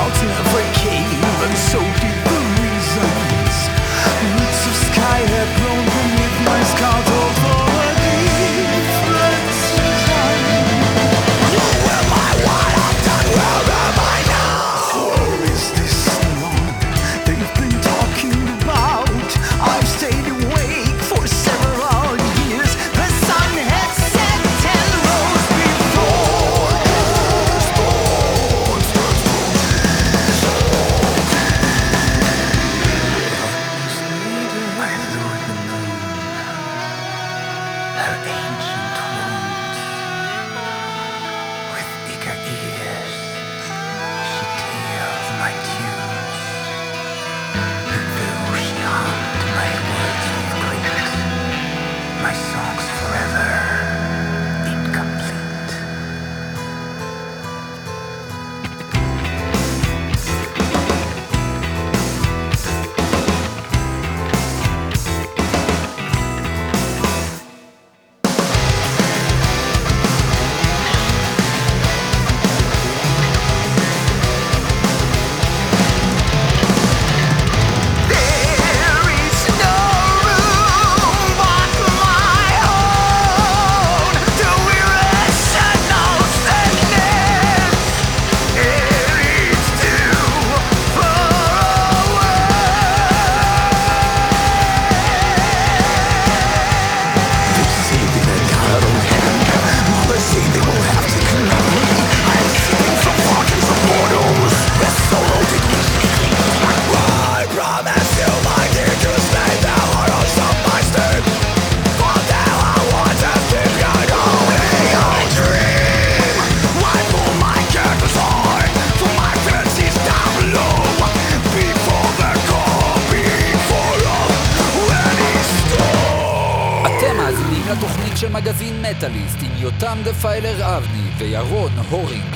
out never came, and so did the reasons. Roots of sky have grown beneath my skull for a different season. Who am I? What I've done? Where am I now? Or is this the one they've been talking about? I've stayed awake for several years. The sun had set and rose before those bones. I lured the moon, her ancient wounds. With eager ears, she tailed my tunes. Though she hummed my words with grit, my songs forever incomplete. There is no room but my own to irrational sadness. It is too far away. They say that I got on hand. Mothers say they will have to connect me. I'm sitting from pockets of portals. Where sorrow did we sleep? I promise you, my dear, to slay the horrors of my state. For now I want to keep you only a dream. I pull my curtains high, for my fancies down low. Before the call, before all, any storm. אתם מאזינים לתוכנית של מגזין מטאליסט עם יותם דפיילר אבני וירון הורינג.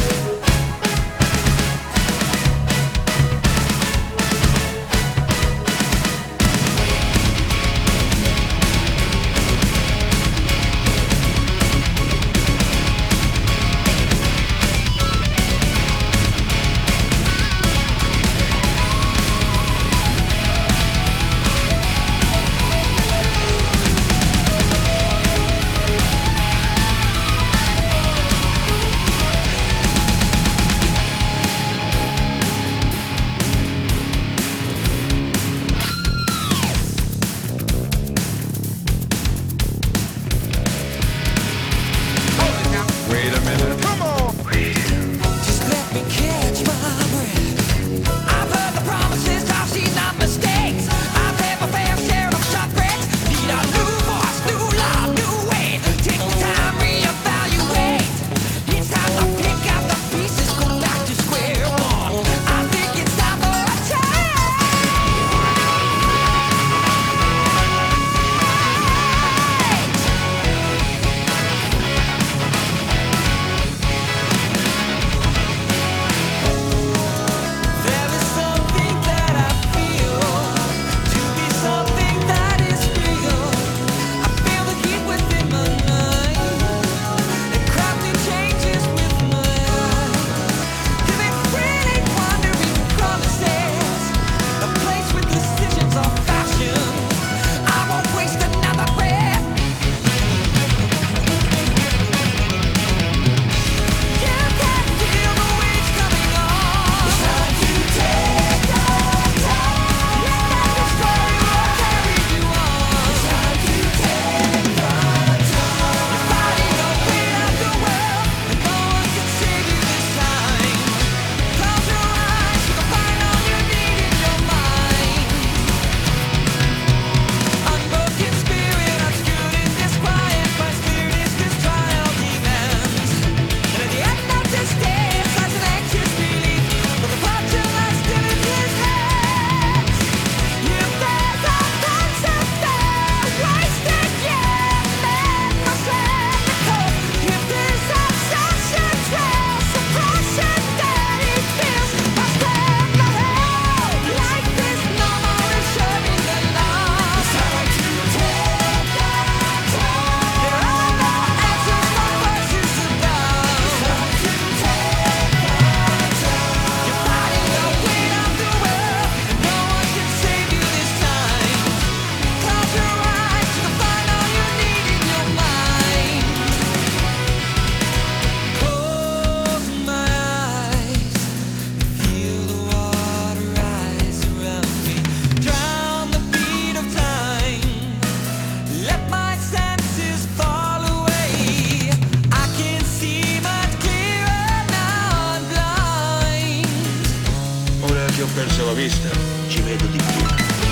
I perso la vista, ci vedo di più.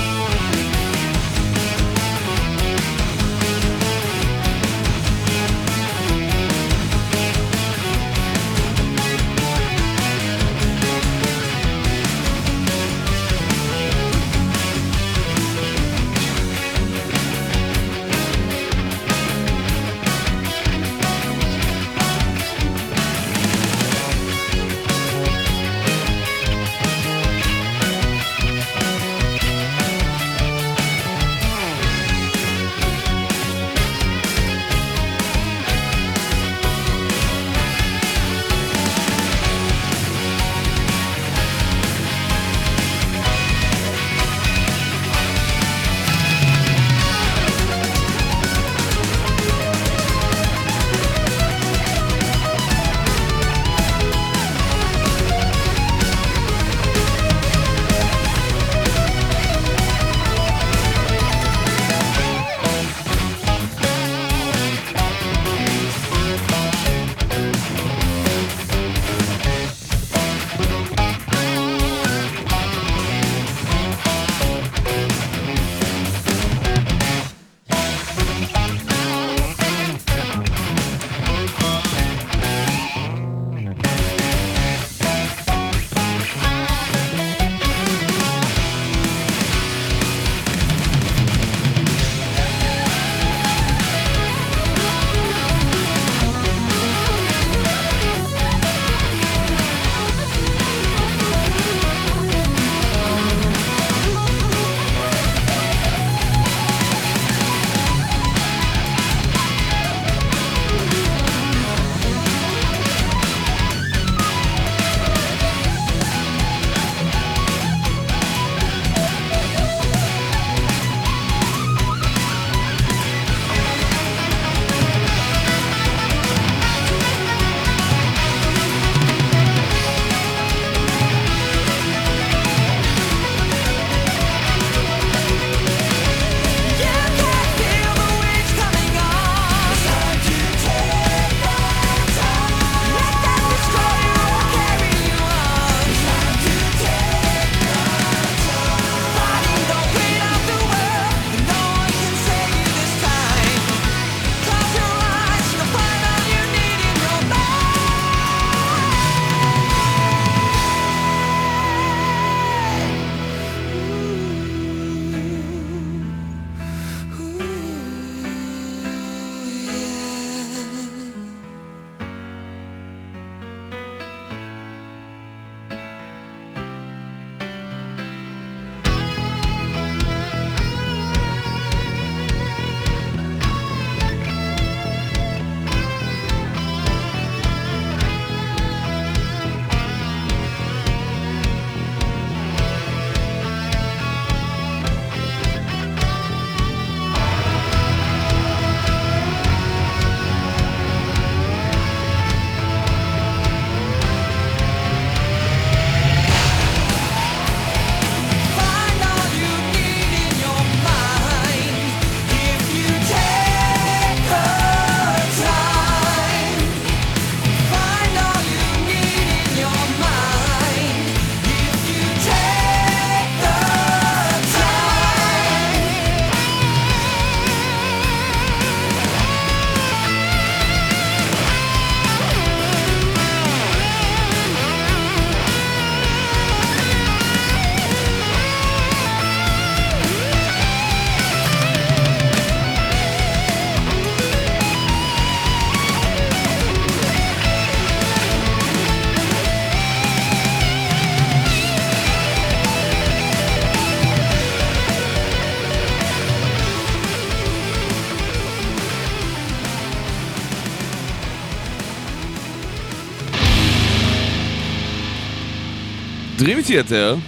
Dream Theater,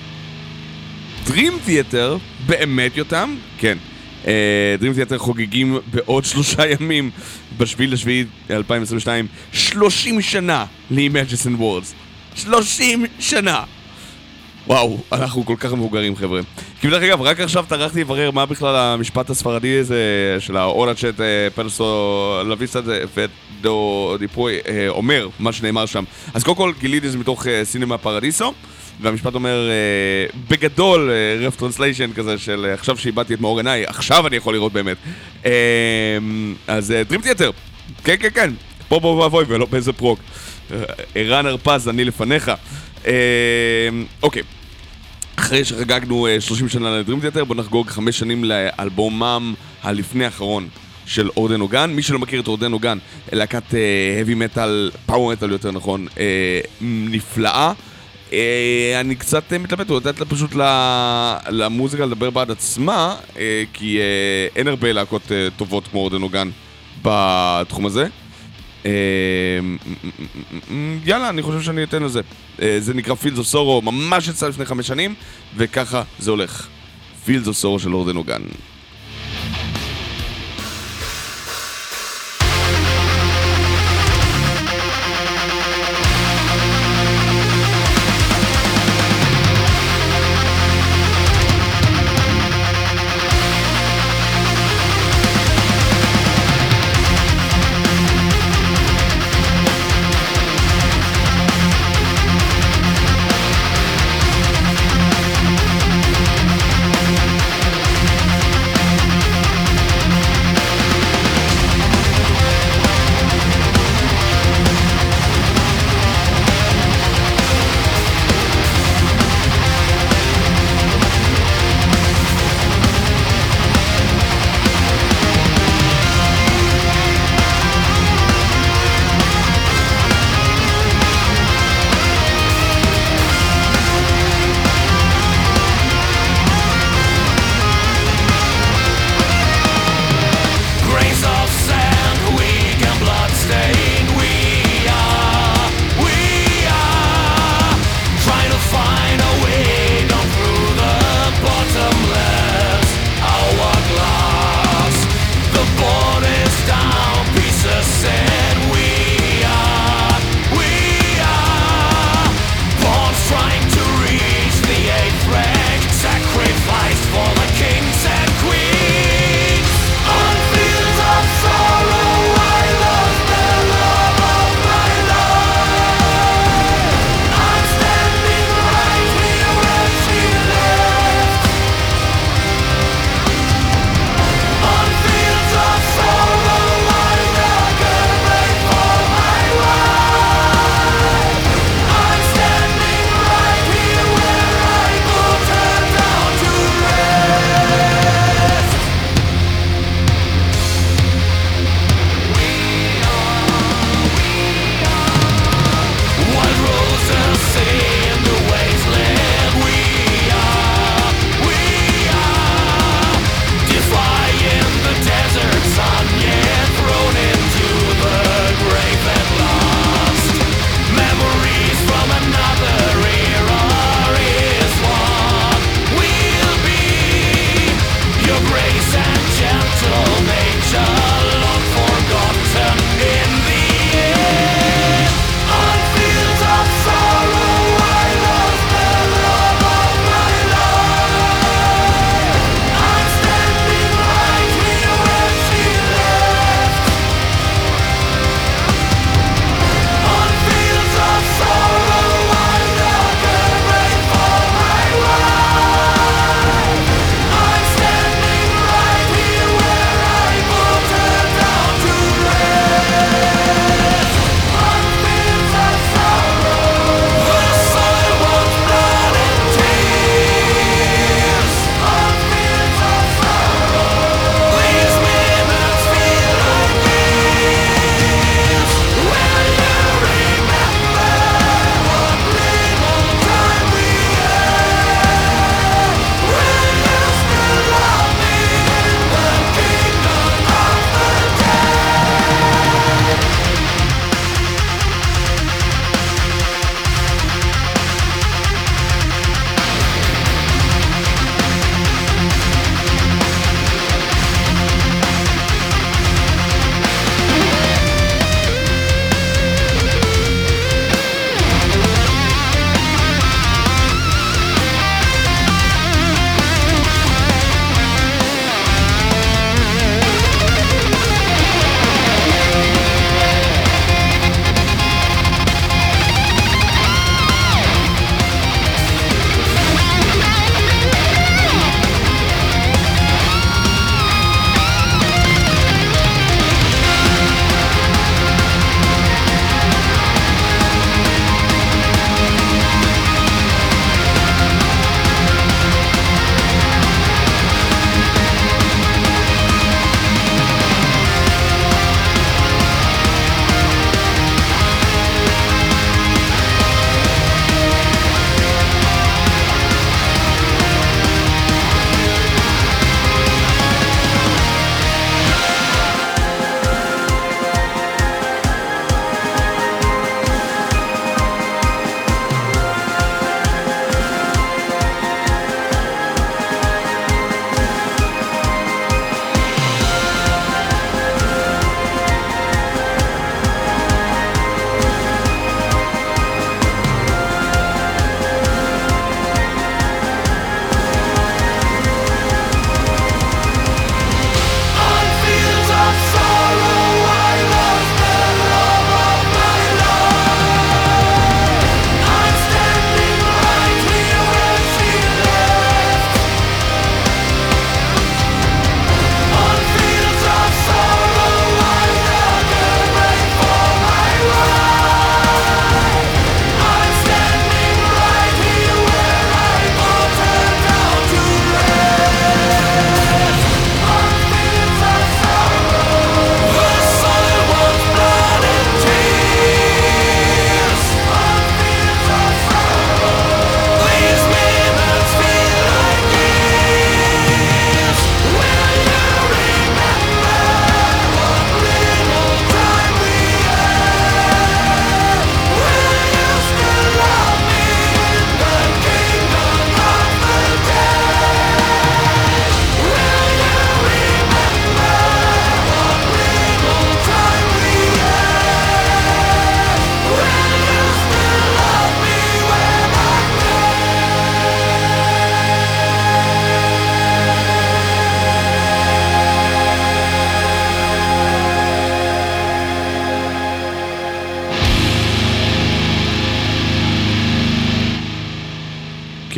Dream Theater, באמת יותם? כן. Dream Theater חוגגים בעוד שלושה ימים, בשביעי לשביעי אלפיים עשרים ושתיים, שלושים שנה ל-Imagine Worlds. שלושים שנה! וואו, אנחנו כל כך מבוגרים, חבר'ה. כי בדרך אגב, רק עכשיו טרחתי לברר מה בכלל המשפט הספרדי הזה של האולה צ'ט פרסו לוויסטה ודו דיפוי אומר, מה שנאמר שם. אז קודם כל גיליתי זה מתוך סינמה פרדיסו, והמשפט אומר, אה, בגדול, רף טרנסליישן כזה של אה, עכשיו שאיבדתי את מאור עיניי, עכשיו אני יכול לראות באמת. אה, אז דרים תיאטר, כן, כן, כן, פה בוא ואבוי ולא באיזה פרוק. ערן הרפז, אני לפניך. אה, אוקיי. אחרי שחגגנו שלושים שנה לדרים תיאטר, בוא נחגוג חמש שנים לאלבומם הלפני האחרון של אורדן אוגן. מי שלא מכיר את אורדן אוגן, להקת heavy metal, power metal יותר נכון, נפלאה. אני קצת מתלבט, הוא לתת לה פשוט למוזיקה לדבר בעד עצמה, כי אין הרבה להקות טובות כמו אורדן אוגן בתחום הזה. יאללה, אני חושב שאני אתן לזה. זה נקרא Fields of Sorrow, ממש יצא לפני חמש שנים, וככה זה הולך. Fields of Sorrow של אורדן אוגן. We'll be right back.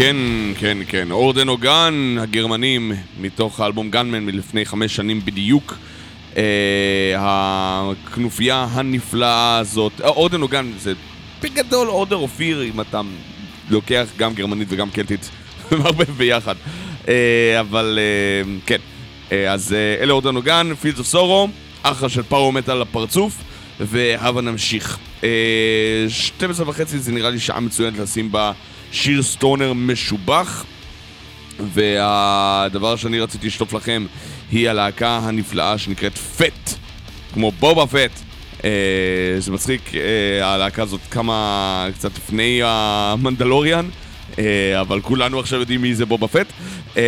כן, כן, כן. אורדן אוגן, הגרמנים, מתוך האלבום גנמן מלפני חמש שנים בדיוק. אה, הכנופיה הנפלאה הזאת, אורדן אוגן זה בגדול אורדר אופיר, אם אתה לוקח גם גרמנית וגם קלטית מערבב ביחד. אה, אבל אה, כן, אה, אז אה, אלה אורדן אוגן, Fields of Sorrow, אחלה של פאוור מטל לפרצוף, והבה נמשיך. אה, שתים עשרה וחצי זה נראה לי שעה מצוינת לשים בה שיר סטונר משובח, והדבר שאני רציתי לשתוף לכם היא הלהקה הנפלאה שנקראת פט, כמו בובה פט. אה, זה מצחיק, אה, הלהקה הזאת קמה קצת לפני המנדלוריאן, אה, אבל כולנו עכשיו יודעים מי זה בובה פט. אה,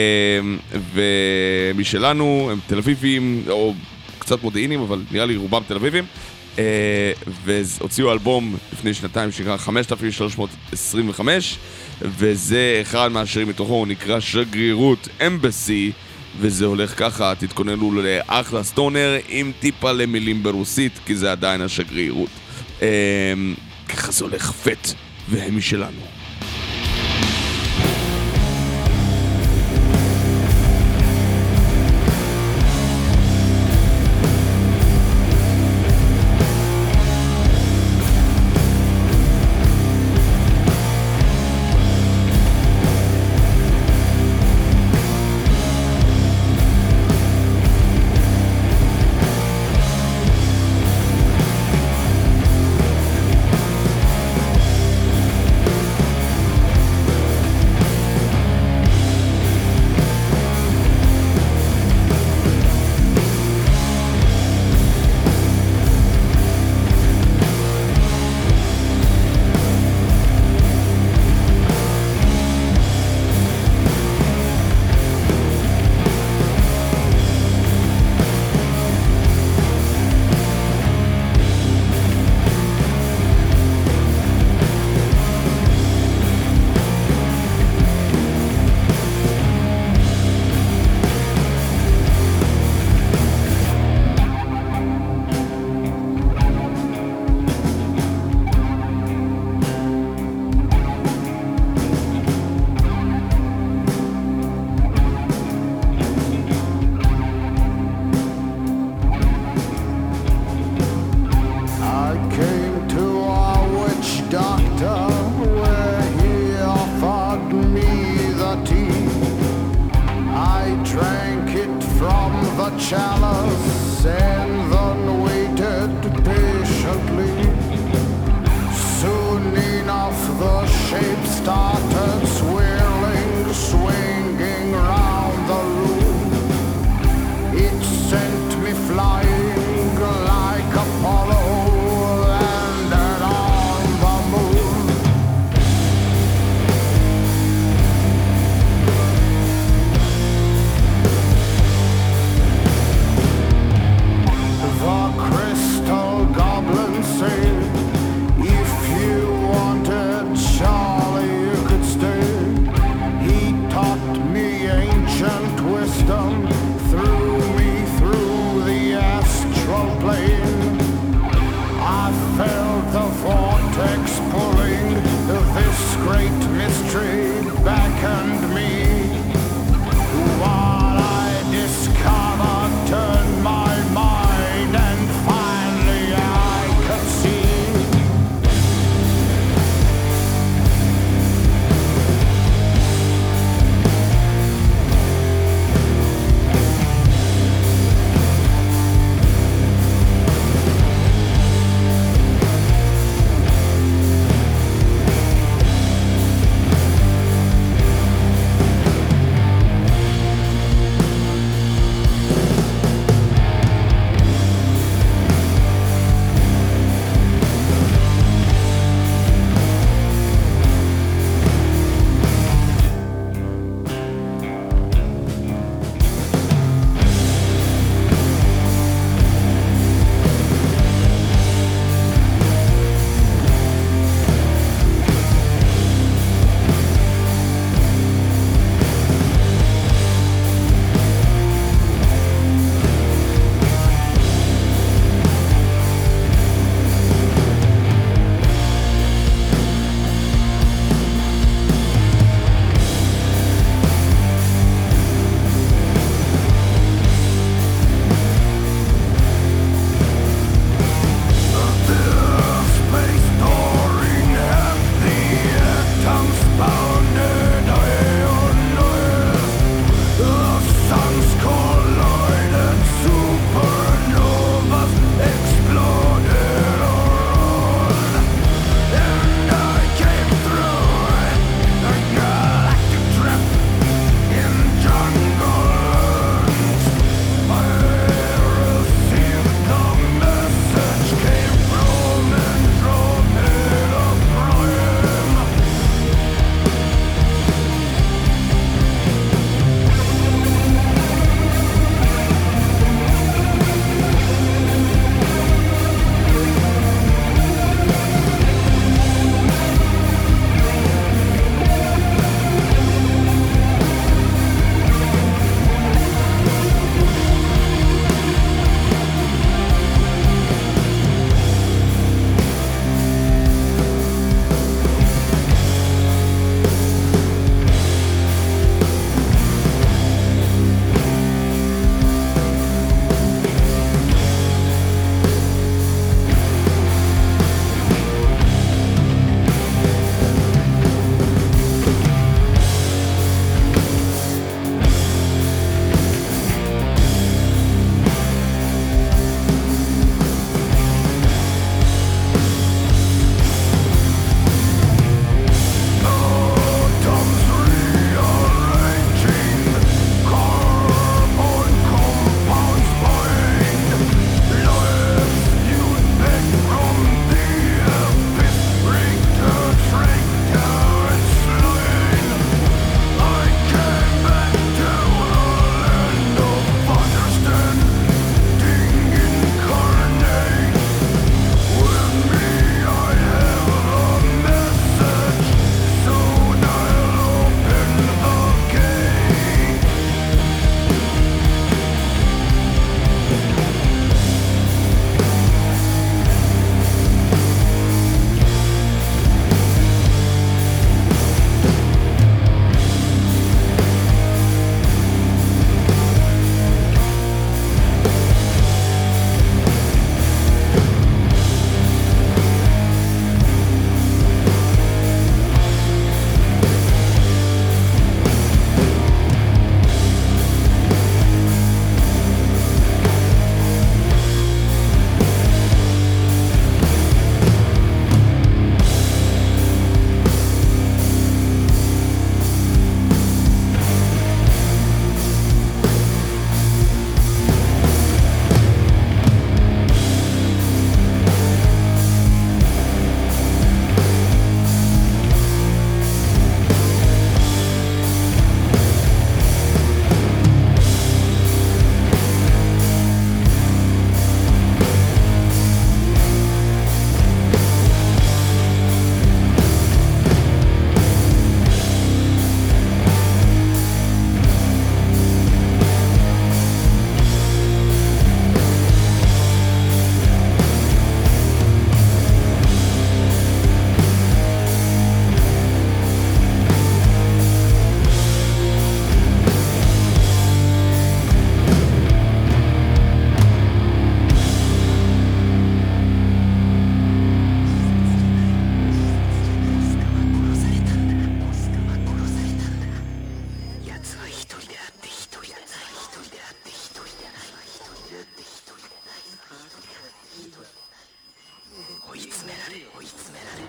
ומשלנו הם תל אביבים, או קצת מודיעינים, אבל נראה לי רובם תל אביבים. Uh, והוציאו אלבום לפני שנתיים שנקרא חמשת אלפים שלוש מאות עשרים וחמש, וזה אחד מהשירים מתוכו, הוא נקרא שגרירות אמבסי, וזה הולך ככה, תתכוננו לאחלה סטונר עם טיפה למילים ברוסית, כי זה עדיין השגרירות. uh, ככה זה הולך פט, והם משלנו.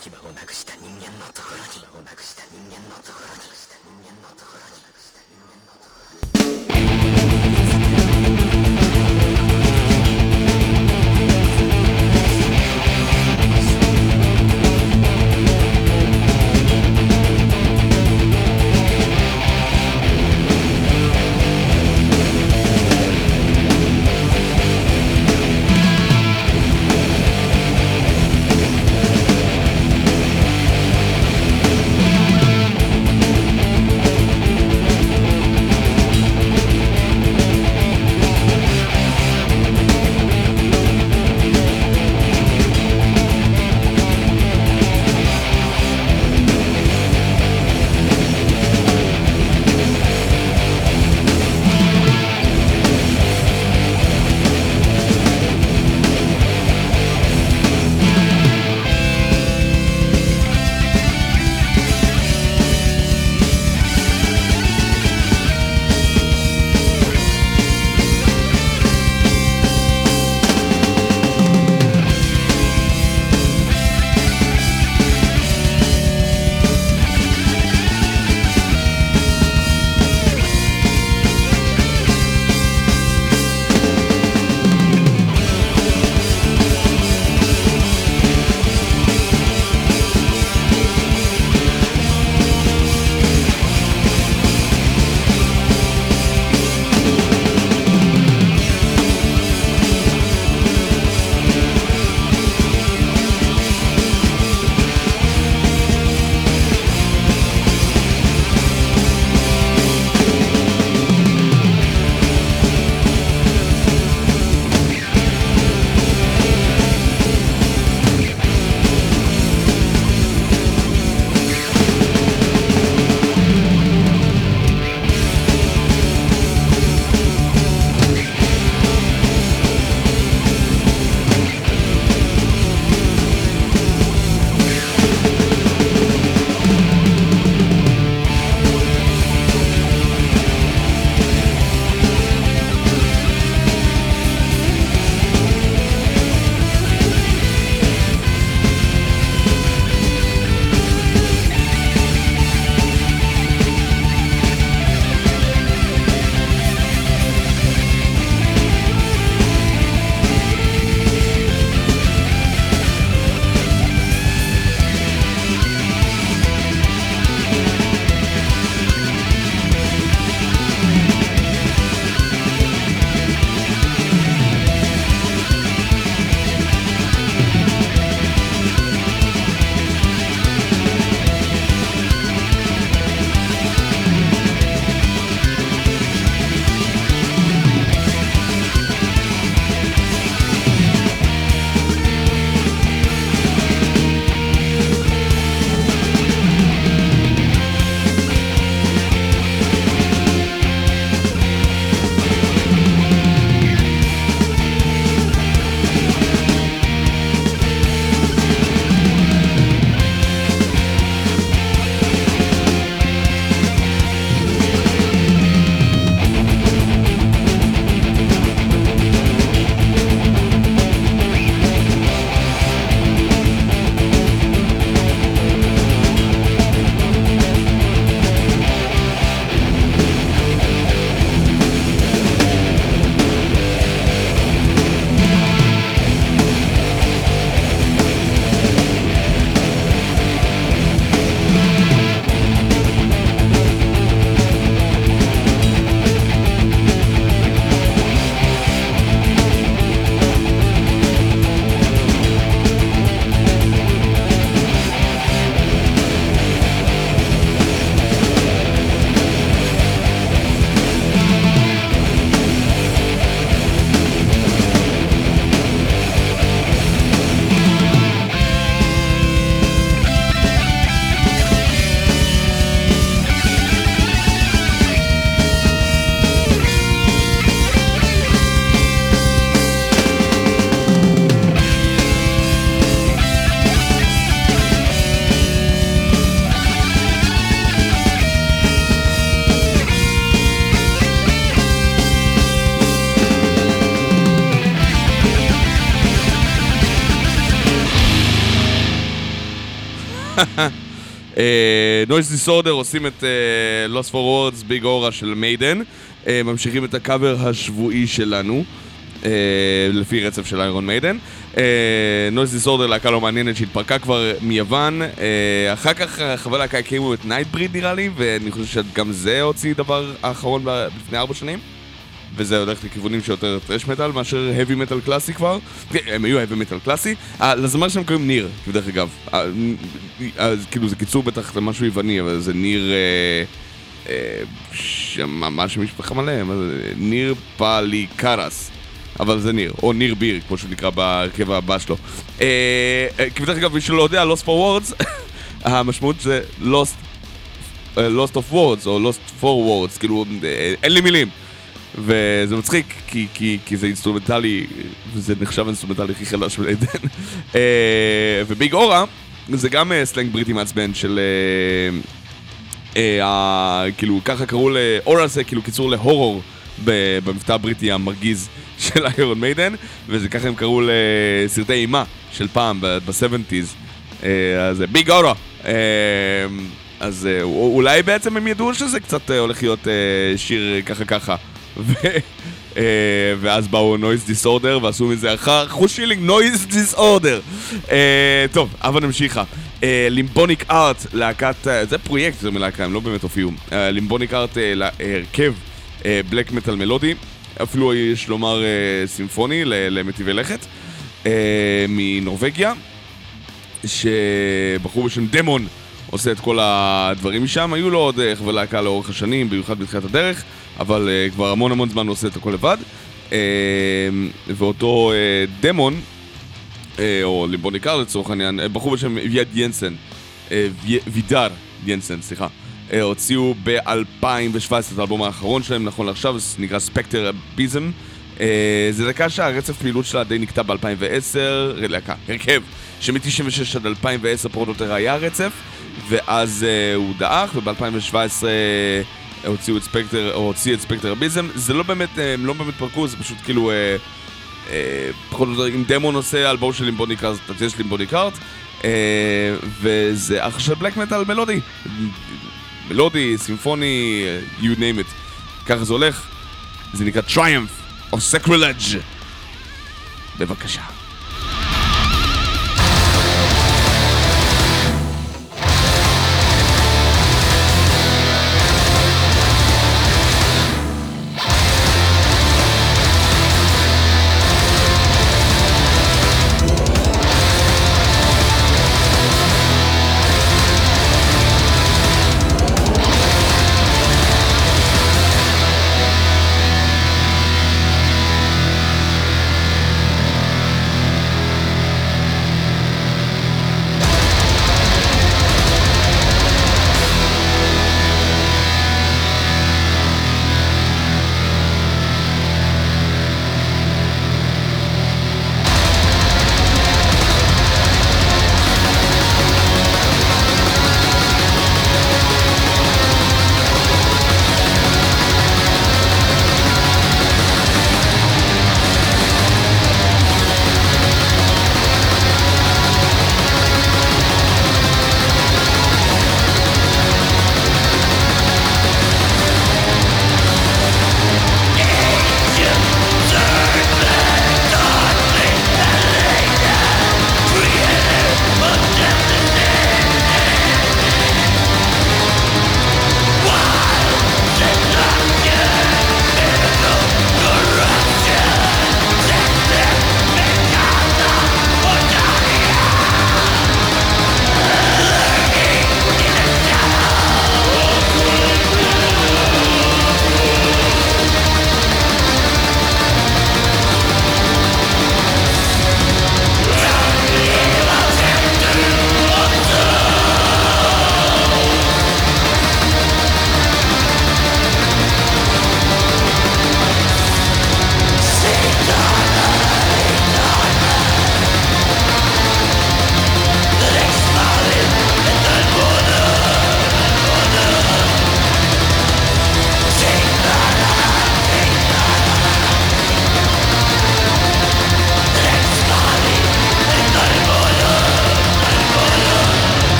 牙をなくした人間のところに牙をなくした人間のところにした人間のところにした人間のところに נויז דיסורדר עושים את uh, Lost for Words, ביג אורה של מיידן, uh, ממשיכים את הקאבר השבועי שלנו, uh, לפי רצף של איירון מיידן. נויז דיסורדר, להקה לא מעניינת שהתפרקה כבר מיוון, uh, אחר כך חברי להקה הקימו את נייטבריד נראה לי, ואני חושב שגם זה הוציא דבר האחרון לפני ארבע שנים, וזה הולך לכיוונים שיותר טרש מטל מאשר heavy metal קלאסי כבר. הם היו heavy metal קלאסי. לזמר שהם קוראים ניר, כבדרך אגב. כאילו זה קיצור בטח למשהו יווני, אבל זה ניר... ממש משפחה מלא, ניר פליקרס. אבל זה ניר, או ניר ביר, כמו שהוא נקרא בהרכב הבא שלו. כבדרך אגב, מי שלא יודע, Lost for Words, המשמעות זה Lost Lost of Words, או Lost for Words, כאילו, אין לי מילים. וזה מצחיק, כי, כי, כי זה אינסטרומנטלי, וזה נחשב אינסטרומנטלי הכי חלש של עדן. וביג אורה, זה גם סלנג בריטי מעצבן של... כאילו, ככה קראו לאורה זה, כאילו קיצור להורור במבטא הבריטי המרגיז של איירון מיידן, וזה ככה הם קראו לסרטי אימה של פעם, ב-שבעים. אז ביג אורה. אז אולי בעצם הם ידעו שזה קצת הולך להיות שיר ככה ככה. ואז באו נויז דיסורדר ועשו מזה אחר חושילינג נויז דיסורדר. טוב, אבל נמשיכה. לימבוניק ארט, להקת, זה פרויקט, זה מלהקה, הם לא באמת הופיעו. לימבוניק ארט להרכב בלק מטל מלודי, אפילו יש לומר סימפוני למטיבי לכת, מנורווגיה, שבחור בשם דמון עושה את כל הדברים משם. היו לו עוד חברי להקה לאורך השנים, במיוחד בתחילת הדרך, אבל uh, כבר המון המון זמן הוא עושה את הכל לבד. Uh, ואותו uh, דמון, uh, או לימבוניקר לצורך העניין, uh, בחור בשם ויד ינסן, uh, וידר ינסן, סליחה, uh, הוציאו ב-אלפיים שבע עשרה את האלבום האחרון שלהם, נכון לעכשיו, זה נקרא ספקטר ביזם. Uh, זה להקה שהרצף פעילות שלה די נקטע ב-אלפיים ועשר, להקה, הרכב, שמ-תשעים ושש עד אלפיים ועשר פרוטוטר היה רצף, ואז uh, הוא דאח, וב-אלפיים שבע עשרה הוציאו את ספקטר, או הוציא את ספקטר ביזם. זה לא באמת, הם לא באמת פרקו, זה פשוט כאילו אה, אה, פחות או יותר, אם דמון עושה אלבום של לימבוניק ארט, אז יש לימבוניק ארט, אה, וזה אח של בלק מטל מלודי, מלודי, סימפוני, you name it, ככה זה הולך. זה נקרא Triumph of Sacrilege. בבקשה.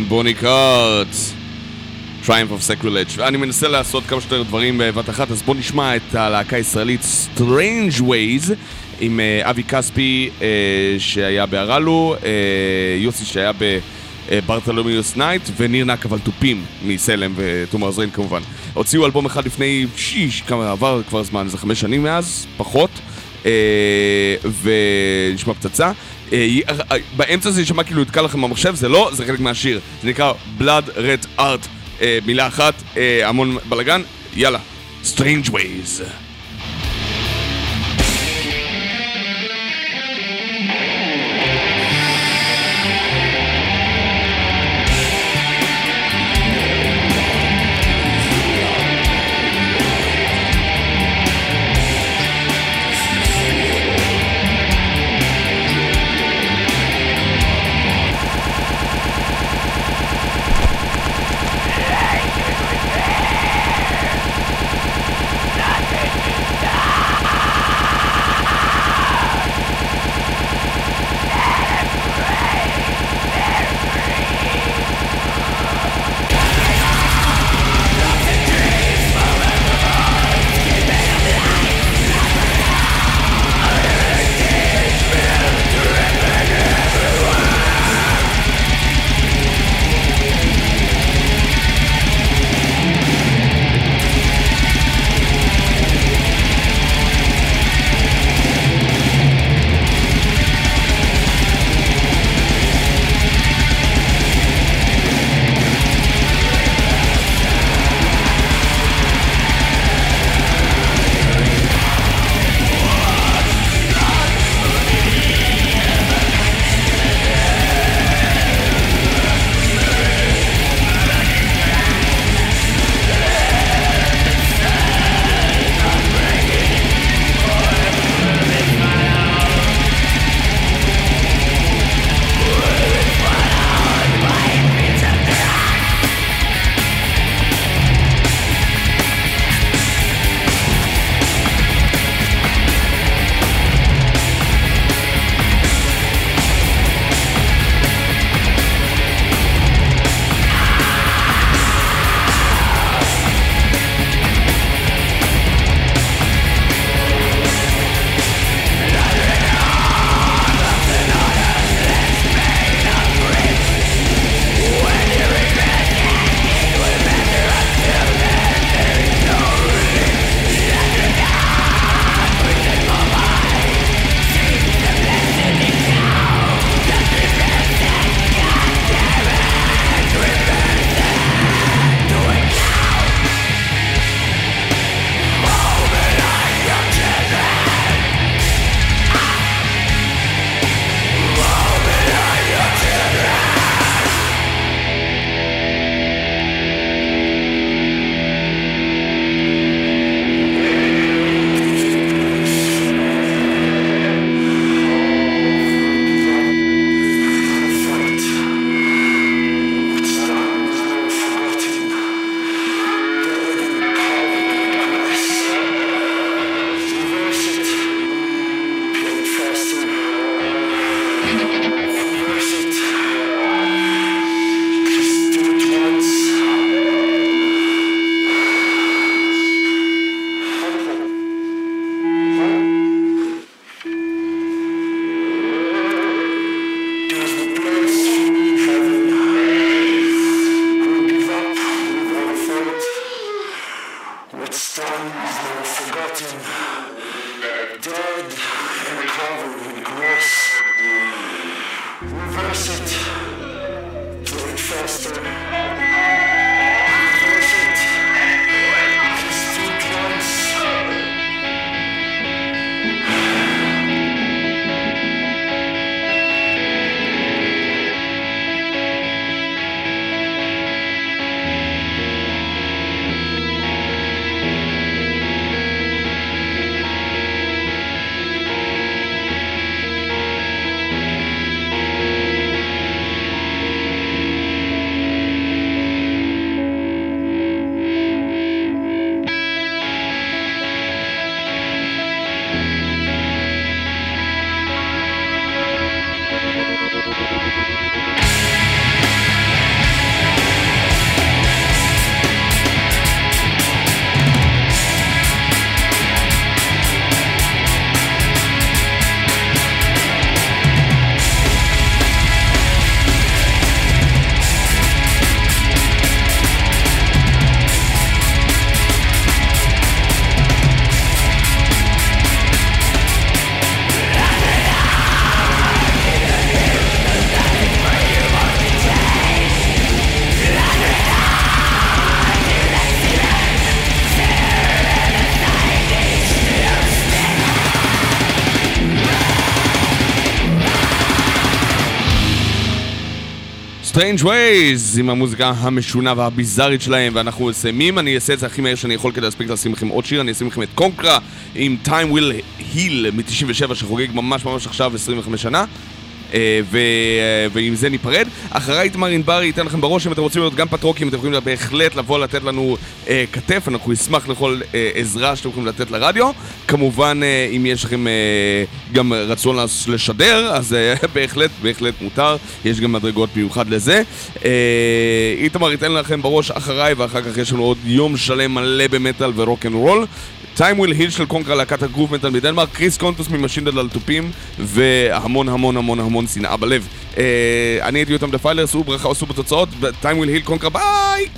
בוני קארט, Triumph of Sacrilege. אני מנסה לעשות כמה שיותר דברים בבת אחת, אז בואו נשמע את הלהקה הישראלית Strange Ways עם uh, אבי כספי uh, שהיה בהרלו, uh, יוסי שהיה בברתלומיוס נייט, וניר נק אבל תופים מסלם ותומר עזרין כמובן. הוציאו אלבום אחד לפני שיש, כמה עבר כבר זמן, זה חמש שנים מאז, פחות, uh, ונשמע פצצה. Uh, באמצע זה נשמע כאילו יתקע לכם במחשב, זה לא, זה חלק מהשיר, זה נקרא Blood Red Art. Uh, מילה אחת, uh, המון בלגן, יאללה, Strange Ways. Nothing Strange Ways עם המוזיקה המשונה והביזארית שלהם, ואנחנו מסיימים. אני אעשה את זה הכי מהר שאני יכול כדי להספיק לשים לכם עוד שיר. אני אשים לכם את קונקרה עם Time Will Heal מ-תשעים ושבע שחוגג ממש ממש עכשיו עשרים וחמש שנה, ו... ועם זה ניפרד. אחריי איתמר ענברי ייתן לכם בראש. אם אתם רוצים להיות גם פטרוקים, אתם יכולים בהחלט לבוא לתת לנו אה, כתף, אנחנו נשמח לכל אה, עזרה שאתם יכולים לתת לרדיו. כמובן, אה, אם יש לכם אה, גם רצון לשדר, אז אה, בהחלט, בהחלט מותר. יש גם מדרגות מיוחד לזה. אה, איתמר ייתן לכם בראש אחריי, ואחר כך יש לנו עוד יום שלם מלא במטל ורוק אנד רול. Time Will Heal של קונקרה, להקת הגרוב מטל מדנמרק, קריס קונטוס ממשינדד על תופים, והמון המון המון המון שנאה בלב. אה, אני הייתי אותם דפיילר, עשו ברכה, עשו בתוצאות. Time Will Heal, קונקרה, ביי!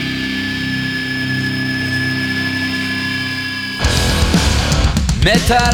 מטל